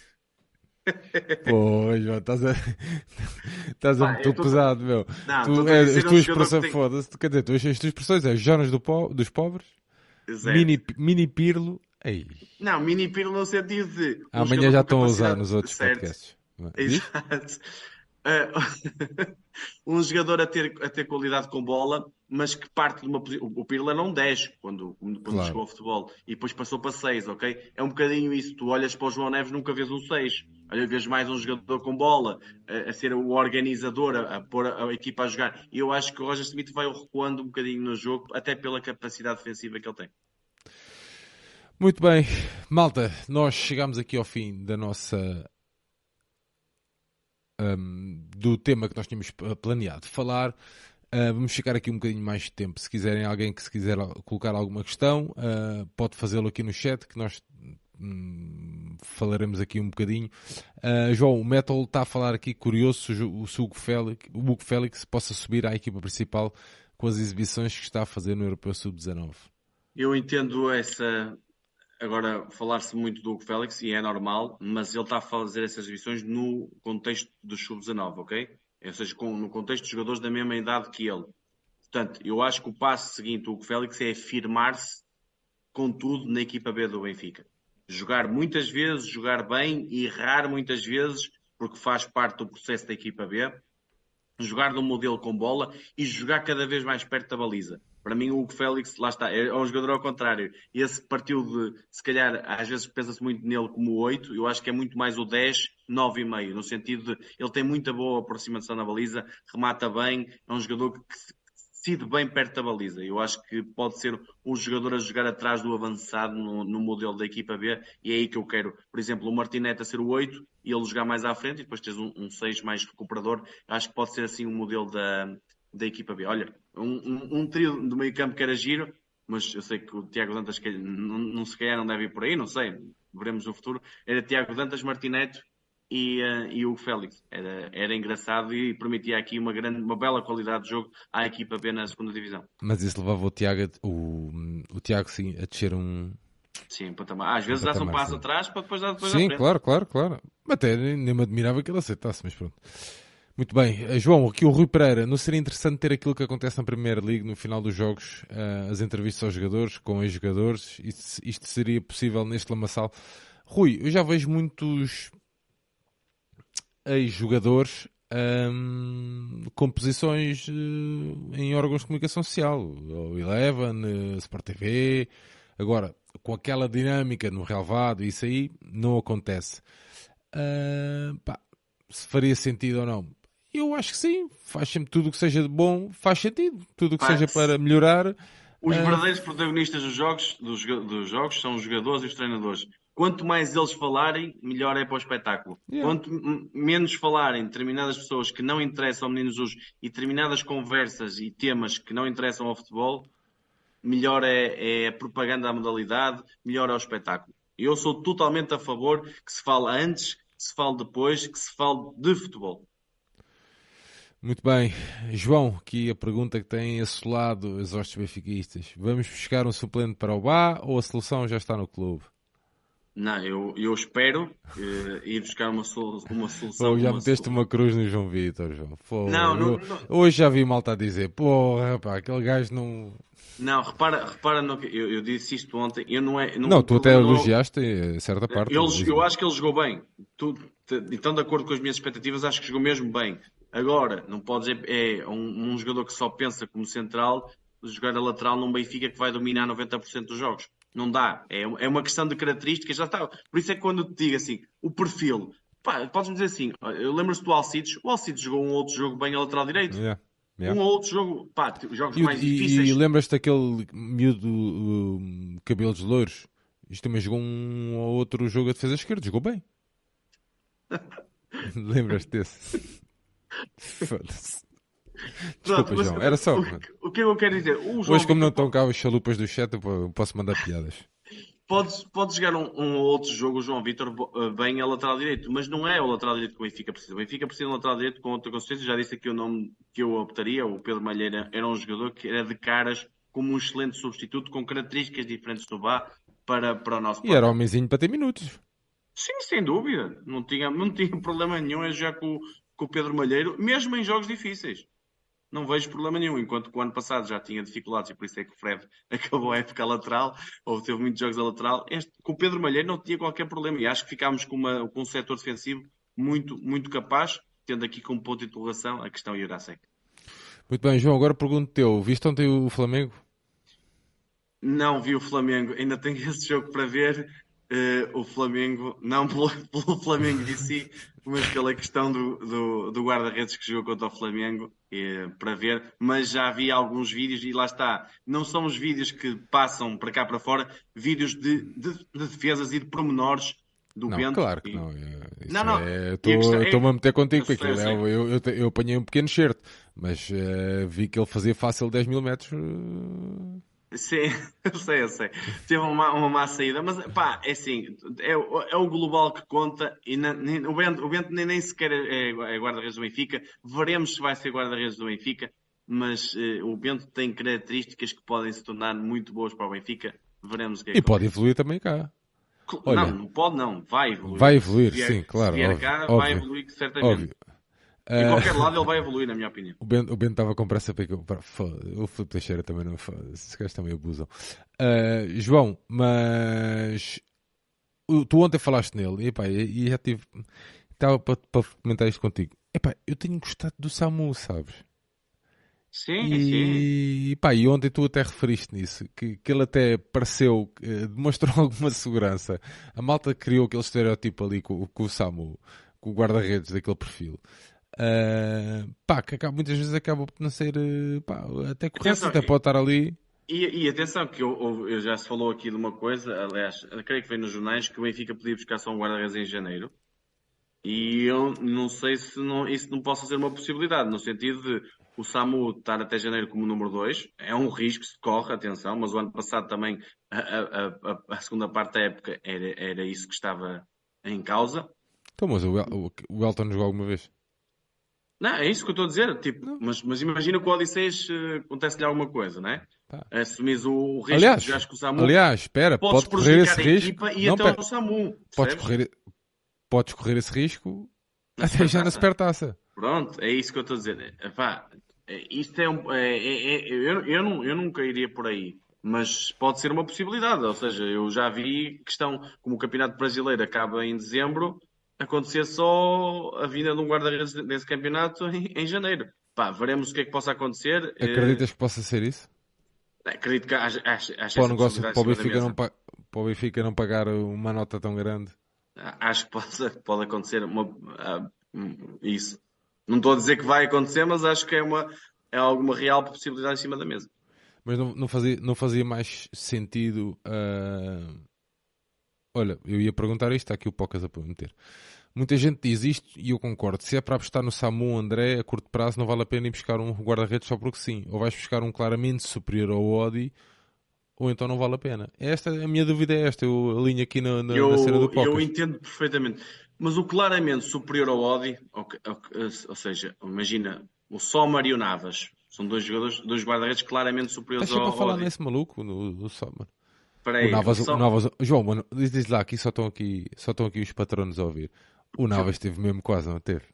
Pô, João, estás a, estás a Pá, muito tô... pesado, meu. Não, Tu, estou a é, dizer as um tuas jogador que expressões, tem. foda-se, quer dizer, tu, as tuas expressões é Jonas do po, dos pobres, Exato. mini, mini Pirlo, ei. Não, mini Pirlo no sentido de um Amanhã jogador já com estão a usar capacidade. nos outros Certo. podcasts. Diz? Exato. Uh, um jogador a ter, a ter qualidade com bola, mas que parte de uma posição. O Pirlo era um dez quando, quando Claro. chegou ao futebol e depois passou para seis, ok? É um bocadinho isso. Tu olhas para o João Neves, nunca vês um seis. Olha, vês mais um jogador com bola, a, a ser o organizador, a, a pôr a, a equipa a jogar. E eu acho que o Roger Smith vai recuando um bocadinho no jogo, até pela capacidade defensiva que ele tem. Muito bem, malta, nós chegamos aqui ao fim da nossa. Um, do tema que nós tínhamos planeado falar. Uh, vamos ficar aqui um bocadinho mais de tempo. Se quiserem, alguém que se quiser colocar alguma questão, uh, pode fazê-lo aqui no chat, que nós um, falaremos aqui um bocadinho. Uh, João, o Metal está a falar aqui, curioso, se o, se o Hugo Félix, o Hugo Félix possa subir à equipa principal com as exibições que está a fazer no Europeu sub dezanove. Eu entendo essa... Agora, falar-se muito do Hugo Félix, e é normal, mas ele está a fazer essas exibições no contexto do sub dezanove, ok? Ou seja, com, no contexto de jogadores da mesma idade que ele. Portanto, eu acho que o passo seguinte do Hugo Félix é afirmar-se com tudo na equipa B do Benfica. Jogar muitas vezes, jogar bem e errar muitas vezes, porque faz parte do processo da equipa B. Jogar num modelo com bola e jogar cada vez mais perto da baliza. Para mim, o Hugo Félix, lá está, é um jogador ao contrário. Esse partiu de, se calhar, às vezes pensa-se muito nele como o oito, eu acho que é muito mais o dez, nove e meio, no sentido de ele tem muita boa aproximação na baliza, remata bem, é um jogador que decide bem perto da baliza. Eu acho que pode ser um jogador a jogar atrás do avançado no, no modelo da equipa B, e é aí que eu quero, por exemplo, o Martinete a ser o oito e ele jogar mais à frente, e depois tens um, um seis mais recuperador. Acho que pode ser assim um modelo da, da equipa B. Olha, um, um, um trio do meio campo que era giro, mas eu sei que o Tiago Dantas não, não se calhar não deve ir por aí, não sei, veremos no futuro. Era Tiago Dantas, Martinete e, uh, e o Félix. Era, era engraçado e permitia aqui uma, grande, uma bela qualidade de jogo à equipa B na segunda divisão. Mas isso levava o Tiago, o, o Tiago sim, a descer um... Sim, patamar. Às vezes um dá-se um passo sim. atrás para depois dar depois sim, à frente. claro, claro, claro. Até nem me admirava que ele aceitasse, mas pronto. Muito bem. João, aqui o Rui Pereira. Não seria interessante ter aquilo que acontece na Premier League no final dos jogos, uh, as entrevistas aos jogadores, com ex-jogadores? Isto, isto seria possível neste lamaçal? Rui, eu já vejo muitos ex-jogadores um, com posições uh, em órgãos de comunicação social. O Eleven, uh, Sport T V. Agora, com aquela dinâmica no relvado, isso aí não acontece. Uh, pá, se faria sentido ou não? Eu acho que sim. Faz sempre tudo o que seja de bom, faz sentido. Tudo o que seja para melhorar. Os uh... verdadeiros protagonistas dos jogos, dos, dos jogos são os jogadores e os treinadores. Quanto mais eles falarem, melhor é para o espetáculo. Yeah. Quanto menos falarem determinadas pessoas que não interessam ao Meninos Hoje e determinadas conversas e temas que não interessam ao futebol, melhor é, é a propaganda da modalidade, melhor é o espetáculo. Eu sou totalmente a favor que se fale antes, que se fale depois, que se fale de futebol. Muito bem. João, aqui a pergunta que tem assolado os hostes benfiquistas. Vamos buscar um suplente para o B A ou a solução já está no clube? Não, eu, eu espero uh, ir buscar uma, solu uma solução. Ou já Uma meteste solu... uma cruz no João Vitor, João. Pô, Não, não, eu, não, hoje já vi malta a dizer, porra, pá, aquele gajo não. não, repara, repara no que eu, eu disse isto ontem. Eu não é, não, Não, o tu até problema não é. elogiaste eh, certa parte. Eles, eu Diz-me. acho que ele jogou bem. Tu, te, então, de acordo com as minhas expectativas, acho que jogou mesmo bem. Agora, não podes. É, é um, um jogador que só pensa como central, jogar a lateral num Benfica que vai dominar noventa por cento dos jogos. Não dá. É, é uma questão de características, já está. Por isso é que quando eu te digo assim, o perfil. Pá, podes-me dizer assim, eu lembro-se do Alcides. O Alcides jogou um outro jogo bem a lateral direito. Yeah, yeah. Um ou outro jogo, pá, jogos E, o- mais e- e difíceis. lembras-te daquele miúdo um, cabelos loiros? Isto também jogou um ou outro jogo a defesa esquerda, jogou bem. Lembras-te desse? Foda-se. Pronto, Desculpa, mas João, era só. o, que- o que eu quero dizer? O João Hoje, como não Vitor estão cá os chalupas do chat, eu po- posso mandar piadas. pode, pode jogar um, um ou outro jogo, o João Vitor, eh, bem a lateral direito, mas não é o lateral direito que o Benfica precisa. O Benfica precisa de um lateral direito com outra consistência. Já disse aqui o nome que eu optaria. O Pedro Malheira era um jogador que era de caras como um excelente substituto, com características diferentes do Bá para, para o nosso E era plantel. homenzinho para ter minutos. Sim, sem dúvida. Não tinha, não tinha problema nenhum em jogar com, com o Pedro Malheiro, mesmo em jogos difíceis. Não vejo problema nenhum, enquanto que o ano passado já tinha dificuldades e por isso é que o Fred acabou a época a lateral, ou teve muitos jogos a lateral. Este, com o Pedro Malheiro não tinha qualquer problema e acho que ficámos com, uma, com um setor defensivo muito, muito capaz, tendo aqui como ponto de interrogação a questão Jurasek. Muito bem, João, agora pergunto-te eu. Viste ontem o Flamengo? Não vi o Flamengo, ainda tenho esse jogo para ver. Eh, o Flamengo, não pelo, pelo Flamengo em si, mas pela questão do, do, do guarda-redes que jogou contra o Flamengo, eh, para ver. Mas já vi alguns vídeos e lá está. Não são os vídeos que passam para cá para fora, vídeos de, de, de defesas e de pormenores do Não, Bento. claro que E... não. É- Não, Isso não. é. E a questão é. Estou-me a meter contigo Eu para sei, eu aquilo. É, sei. eu, eu, eu apanhei um pequeno certo, mas eh, vi que ele fazia fácil dez mil metros. eh, Sim, eu sei, eu sei. Teve uma, uma má saída, mas pá, é assim, é, o- é o global que conta e na- nem- o Bento, o Bento nem, nem sequer é, é guarda-redes do Benfica. Veremos se vai ser guarda-redes do Benfica, mas eh, o Bento tem características que podem se tornar muito boas para o Benfica. Veremos o que é que E pode acontece. evoluir também cá. Cl- Não, Olha, não pode não, vai evoluir. vai Se evoluir, sim, vier, se claro, vier óbvio, cá, vai óbvio, evoluir certamente. óbvio. Em Ah, qualquer lado ele vai evoluir, na minha opinião. o Ben o Ben estava com pressa para que eu. para- foda, O Filipe Teixeira também não. foda, Esses gajos também abusam. Ah, João, mas. o- Tu ontem falaste nele e, pá, e, e já tive. Estava para, para comentar isto contigo. Epá, eu tenho gostado do Samu, sabes? Sim, sim. E, pá, e ontem tu até referiste nisso, que, que ele até pareceu, eh, demonstrou alguma segurança. A malta criou aquele estereótipo ali com, com o Samu, com o guarda-redes daquele perfil. Ah, pá, que acaba- muitas vezes acaba por não ser, eh, pá, até correto, Atenção, até pode estar ali. E, e atenção, que eu, eu- eu já se falou aqui de uma coisa, aliás, eu creio que vem nos jornais, que o Benfica podia buscar só um guarda-redes em janeiro. E eu não sei se não, isso não possa ser uma possibilidade, no sentido de o Samu estar até janeiro como número dois é um risco que se corre, atenção, mas o ano passado também, a, a- a- a segunda parte da época, era, era isso que estava em causa. Então, mas o, El- o, o Elton jogou alguma vez? Não, é isso que eu estou a dizer, tipo, Não. mas, mas imagina que o Odisseus eh, acontece-lhe alguma coisa, não é? Pá. Assumis o, o risco de Aliás, jogares com o Samu, aliás, espera, podes pode correr prejudicar esse a risco. equipa e Não, até pera, o Samu, podes percebes? correr, podes correr esse risco Na até já na Supertaça. Supertaça. Pronto, é isso que eu estou a dizer. Epá, é- isto é um. é- é- é- eu, eu, não, eu nunca iria por aí, mas pode ser uma possibilidade. Ou seja, eu já vi questão, como o Campeonato Brasileiro acaba em dezembro, acontecer só a vinda de um guarda-redes desse campeonato em, em janeiro. Pá, veremos o que é que possa acontecer. Eh, Acreditas que possa ser isso? acredito que haja, haja, haja Para o essa negócio, possibilidade em para o cima da Benfica não, mesa. pa- para o Benfica não pagar uma nota tão grande. Acho que pode, pode acontecer uma, ah, hum, isso. Não estou a dizer que vai acontecer, mas acho que é uma é alguma real possibilidade em cima da mesa. Mas não, não fazia, não fazia mais sentido. ah, Olha, eu ia perguntar isto, está aqui o Pocas a meter. Muita gente diz isto e eu concordo. Se é para apostar no Samu André, a curto prazo não vale a pena ir buscar um guarda-redes só porque sim. Ou vais buscar um claramente superior ao Odi, ou então não vale a pena. Esta, a minha dúvida é esta. Eu alinho aqui na, na, na cena do Eu, eu Pocas. entendo perfeitamente. Mas o claramente superior ao Odi, ou, ou- ou seja, imagina, o Sommer e o Navas, são dois jogadores, dois guarda-redes claramente superiores Estás sempre a ao falar Odi. nesse maluco, no, no Summer. Espera O aí, o Navas, o Som- Navas, João, mano, diz, diz lá, aqui só estão aqui, só estão aqui os patronos a ouvir. O Navas teve mesmo quase, não teve?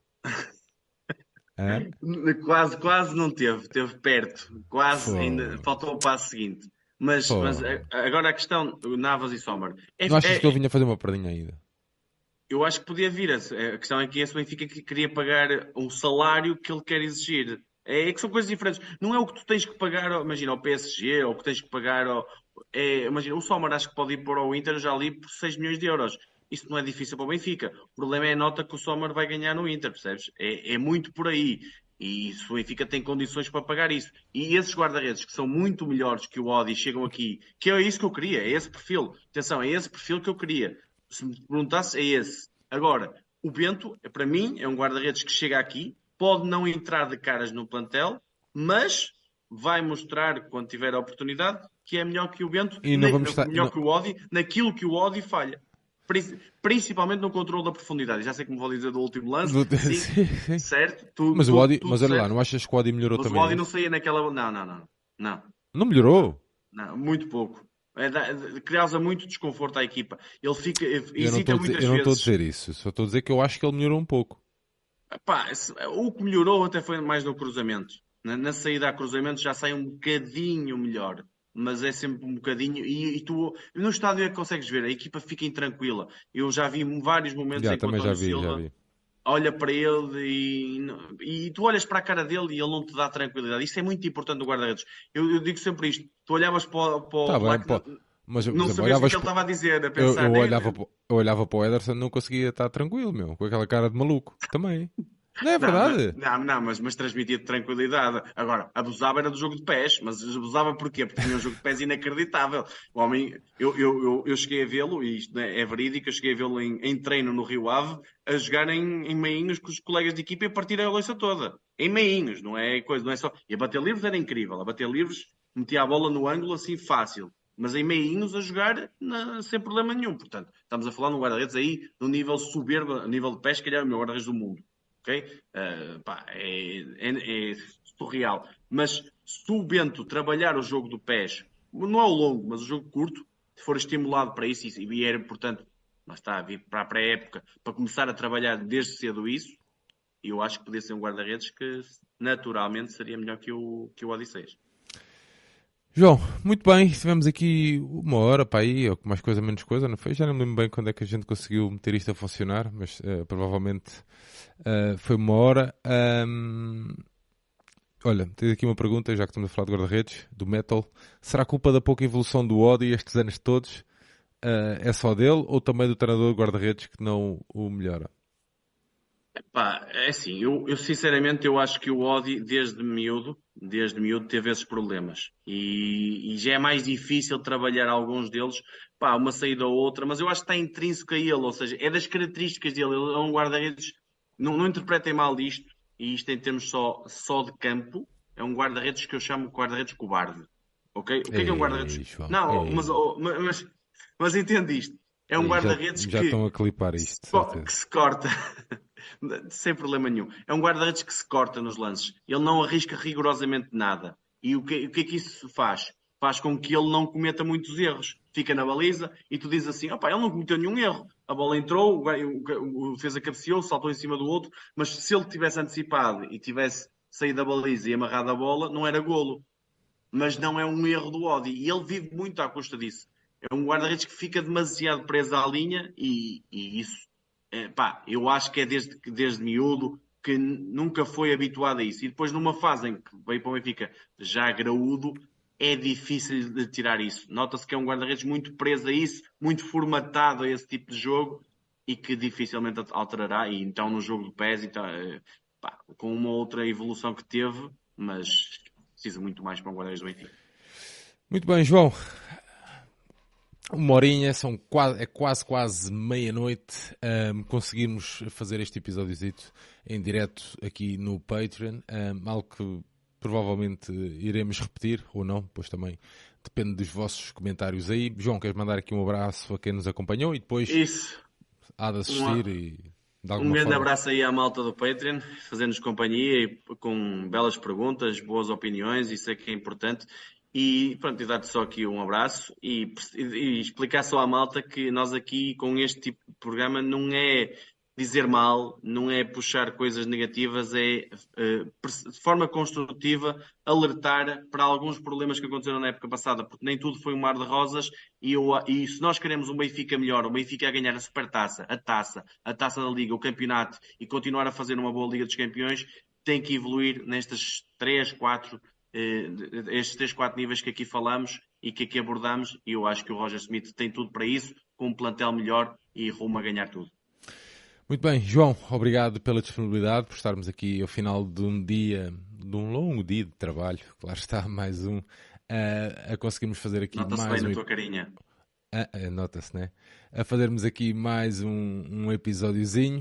Hã? Quase, quase não teve, teve perto, quase, ainda Foi. faltou o passo seguinte. Mas, mas Foi. a- agora a questão, o Navas e Sommer, é, Não achas que ele é- vinha fazer uma perdinha ainda? eu acho que podia vir. A, a questão é que esse Benfica que queria pagar um salário que ele quer exigir. É, é que são coisas diferentes. Não é o que tu tens que pagar, ao- imagina, ao P S G, ou o que tens que pagar ao. É, imagina, o Sommer acho que pode ir para o Inter já ali por seis milhões de euros. Isso não é difícil para o Benfica. O problema é a nota que o Sommer vai ganhar no Inter, percebes? É, é muito por aí. E se o Benfica tem condições para pagar isso. E esses guarda-redes que são muito melhores que o Odi chegam aqui, que é isso que eu queria, é esse perfil. Atenção, é esse perfil que eu queria. Se me perguntasse, é esse. Agora, o Bento, para mim, é um guarda-redes que chega aqui, pode não entrar de caras no plantel, mas vai mostrar, quando tiver a oportunidade, que é melhor que o Bento, E não vamos estar. melhor Não, que o Odi, naquilo que o Odi falha. Principalmente no controle da profundidade. Já sei como vou dizer do último lance, do- sim, sim, sim. certo, tudo, Mas o tudo, Odi, tudo mas olha lá, certo. não achas que o Odi melhorou Mas o também Odi não nisso? saía naquela. Não, não, não. Não, Não melhorou? não, muito pouco. É, dá- causa muito desconforto à equipa. Ele fica, Eu não estou hesita a dizer, muitas eu não estou a vezes. dizer isso. Só estou a dizer que eu acho que ele melhorou um pouco. Pá, se- o que melhorou até foi mais no cruzamento. Na, na saída a cruzamento já sai um bocadinho melhor. Mas é sempre um bocadinho. E, e tu, no estádio é que consegues ver, a equipa fica intranquila. Eu já vi vários momentos Já, em que o também já António vi, já Silva vi. olha para ele e, e tu olhas para a cara dele e ele não te dá tranquilidade. Isso é muito importante no guarda-redes. Eu, eu digo sempre isto: tu olhavas para, o- para Tá o bem, Black, pô. não, Mas, por não exemplo, sabias o que é olhavas, que ele po- estava a dizer, a eu, pensar, eu nem, olhava, po- eu olhava para o Ederson e não conseguia estar tranquilo, meu. Com aquela cara de maluco. Também. Não é Não, mas, verdade? não, não, mas, mas transmitia tranquilidade. Agora, abusava era do jogo de pés, mas abusava porquê? Porque tinha um jogo de pés inacreditável. O homem, eu, eu, eu, eu cheguei a vê-lo, e isto é, é verídico, eu cheguei a vê-lo em, em treino no Rio Ave, a jogar em, em meinhos com os colegas de equipa e a partir a louça toda. Em meinhos, não é coisa, não é só. E a bater livros era incrível. A bater livros, metia a bola no ângulo assim fácil. Mas em meinhos a jogar na- sem problema nenhum. Portanto, estamos a falar num guarda-redes aí, num nível soberbo, a nível de pés, que ele é o melhor guarda-redes do mundo. Ok? Uh, pá, é, é, é surreal. Mas se o Bento trabalhar o jogo do pés, não é o longo, mas o jogo curto, se for estimulado para isso e vier, portanto, mas está a vir para a pré-época, para começar a trabalhar desde cedo isso, eu acho que podia ser um guarda-redes que naturalmente seria melhor que o, que o Odisseias. João, muito bem, estivemos aqui uma hora para aí, ou mais coisa menos coisa, não foi? Já não me lembro bem quando é que a gente conseguiu meter isto a funcionar, mas uh, provavelmente uh, foi uma hora. Um... Olha, tens aqui uma pergunta, já que estamos a falar de guarda-redes, do Metal. Será culpa da pouca evolução do Odi estes anos todos? Uh, é só dele ou também do treinador de guarda-redes que não o melhora? Pá, é assim, eu, eu sinceramente eu acho que o Odi desde miúdo, desde miúdo teve esses problemas e, e já é mais difícil trabalhar alguns deles, pá, uma saída ou outra, mas eu acho que está intrínseco a ele, ou seja, é das características dele, ele é um guarda-redes, não, não interpretem mal isto, e isto em termos só, só de campo, é um guarda-redes que eu chamo de guarda-redes cobarde, ok? O que é que é um guarda-redes? Ei, João, Não, mas, ei, oh, mas, mas entende isto, é um ei, já, guarda-redes já que estão a clipar que se, isto, de co- que certeza. se corta sem problema nenhum. É um guarda-redes que se corta nos lances. Ele não arrisca rigorosamente nada. E o que, o que é que isso faz? Faz com que ele não cometa muitos erros. Fica na baliza e tu dizes assim: opá, ele não cometeu nenhum erro. A bola entrou, o, o, o defesa cabeceou, saltou em cima do outro, mas se ele tivesse antecipado e tivesse saído da baliza e amarrado a bola, não era golo. Mas não é um erro do Odi. E ele vive muito à custa disso. É um guarda-redes que fica demasiado preso à linha e, e isso, é, pá, eu acho que é desde, desde miúdo que nunca foi habituado a isso. E depois numa fase em que veio para o Benfica já graúdo, é difícil de tirar isso. Nota-se que é um guarda-redes muito preso a isso, muito formatado a esse tipo de jogo e que dificilmente alterará. E então no jogo do PES, então, é, pá, com uma outra evolução que teve, mas precisa muito mais para um guarda-redes do Benfica. Muito bem, João. Uma horinha, são quase, é quase, quase meia-noite. Um, conseguimos fazer este episódiozito em direto aqui no Patreon. Um, algo que provavelmente iremos repetir ou não, pois também depende dos vossos comentários aí. João, queres mandar aqui um abraço a quem nos acompanhou e depois Isso. há de assistir e de Um alguma grande forma. abraço aí à malta do Patreon, fazendo-nos companhia e com belas perguntas, boas opiniões, isso é que é importante. E pronto, e dar-te só aqui um abraço e, e explicar só à malta que nós aqui com este tipo de programa não é dizer mal, não é puxar coisas negativas, é de forma construtiva alertar para alguns problemas que aconteceram na época passada, porque nem tudo foi um mar de rosas e, eu, e se nós queremos um Benfica melhor, o Benfica a ganhar a Supertaça, a Taça, a Taça da Liga, o Campeonato e continuar a fazer uma boa Liga dos Campeões, tem que evoluir nestas três, quatro estes três, quatro níveis que aqui falamos e que aqui abordamos, e eu acho que o Roger Smith tem tudo para isso, com um plantel melhor e rumo a ganhar tudo. Muito bem, João, obrigado pela disponibilidade, por estarmos aqui ao final de um dia, de um longo dia de trabalho, claro está, mais um, a, a conseguirmos fazer aqui Nota-se mais bem um... na tua carinha. Ah, nota-se, né? A fazermos aqui mais um, um episódiozinho.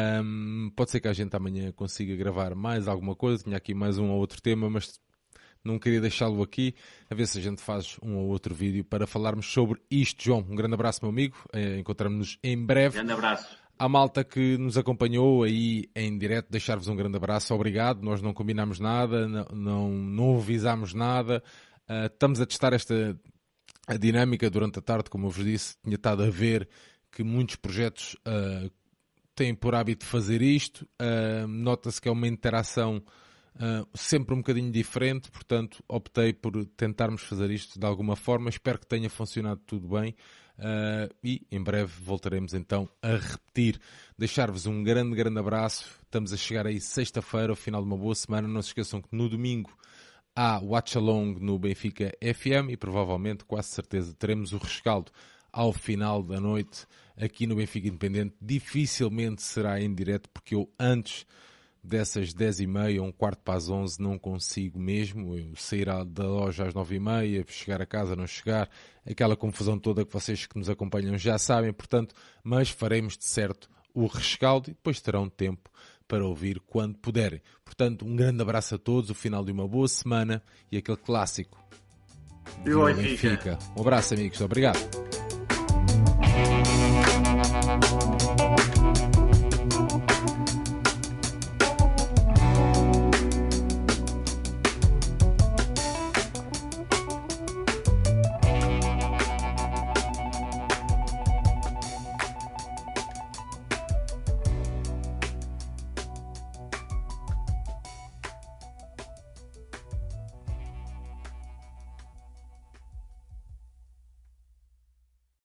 Um, pode ser que a gente amanhã consiga gravar mais alguma coisa, tinha aqui mais um ou outro tema, mas não queria deixá-lo aqui, a ver se a gente faz um ou outro vídeo para falarmos sobre isto. João, um grande abraço, meu amigo. Encontramos-nos em breve. Grande abraço. À malta que nos acompanhou aí em direto, deixar-vos um grande abraço. Obrigado. Nós não combinámos nada, não, não, não avisámos nada. Uh, estamos a testar esta a dinâmica durante a tarde, como eu vos disse. Tinha estado a ver que muitos projetos uh, têm por hábito fazer isto. Uh, nota-se que é uma interação Uh, sempre um bocadinho diferente, portanto optei por tentarmos fazer isto de alguma forma. Espero que tenha funcionado tudo bem uh, e em breve voltaremos então a repetir. Deixar-vos um grande, grande abraço. Estamos a chegar aí sexta-feira, ao final de uma boa semana. Não se esqueçam que no domingo há Watch Along no Benfica F M e provavelmente, quase certeza, teremos o rescaldo ao final da noite aqui no Benfica Independente. Dificilmente será em direto, porque eu antes dessas dez e meia, um quarto para as onze, não consigo mesmo. Eu sair da loja às nove e meia, chegar a casa, não chegar, aquela confusão toda que vocês que nos acompanham já sabem, portanto, mas faremos de certo o rescaldo e depois terão tempo para ouvir quando puderem. Portanto, um grande abraço a todos, o final de uma boa semana e aquele clássico. Viva o Benfica. Um abraço, amigos. Obrigado.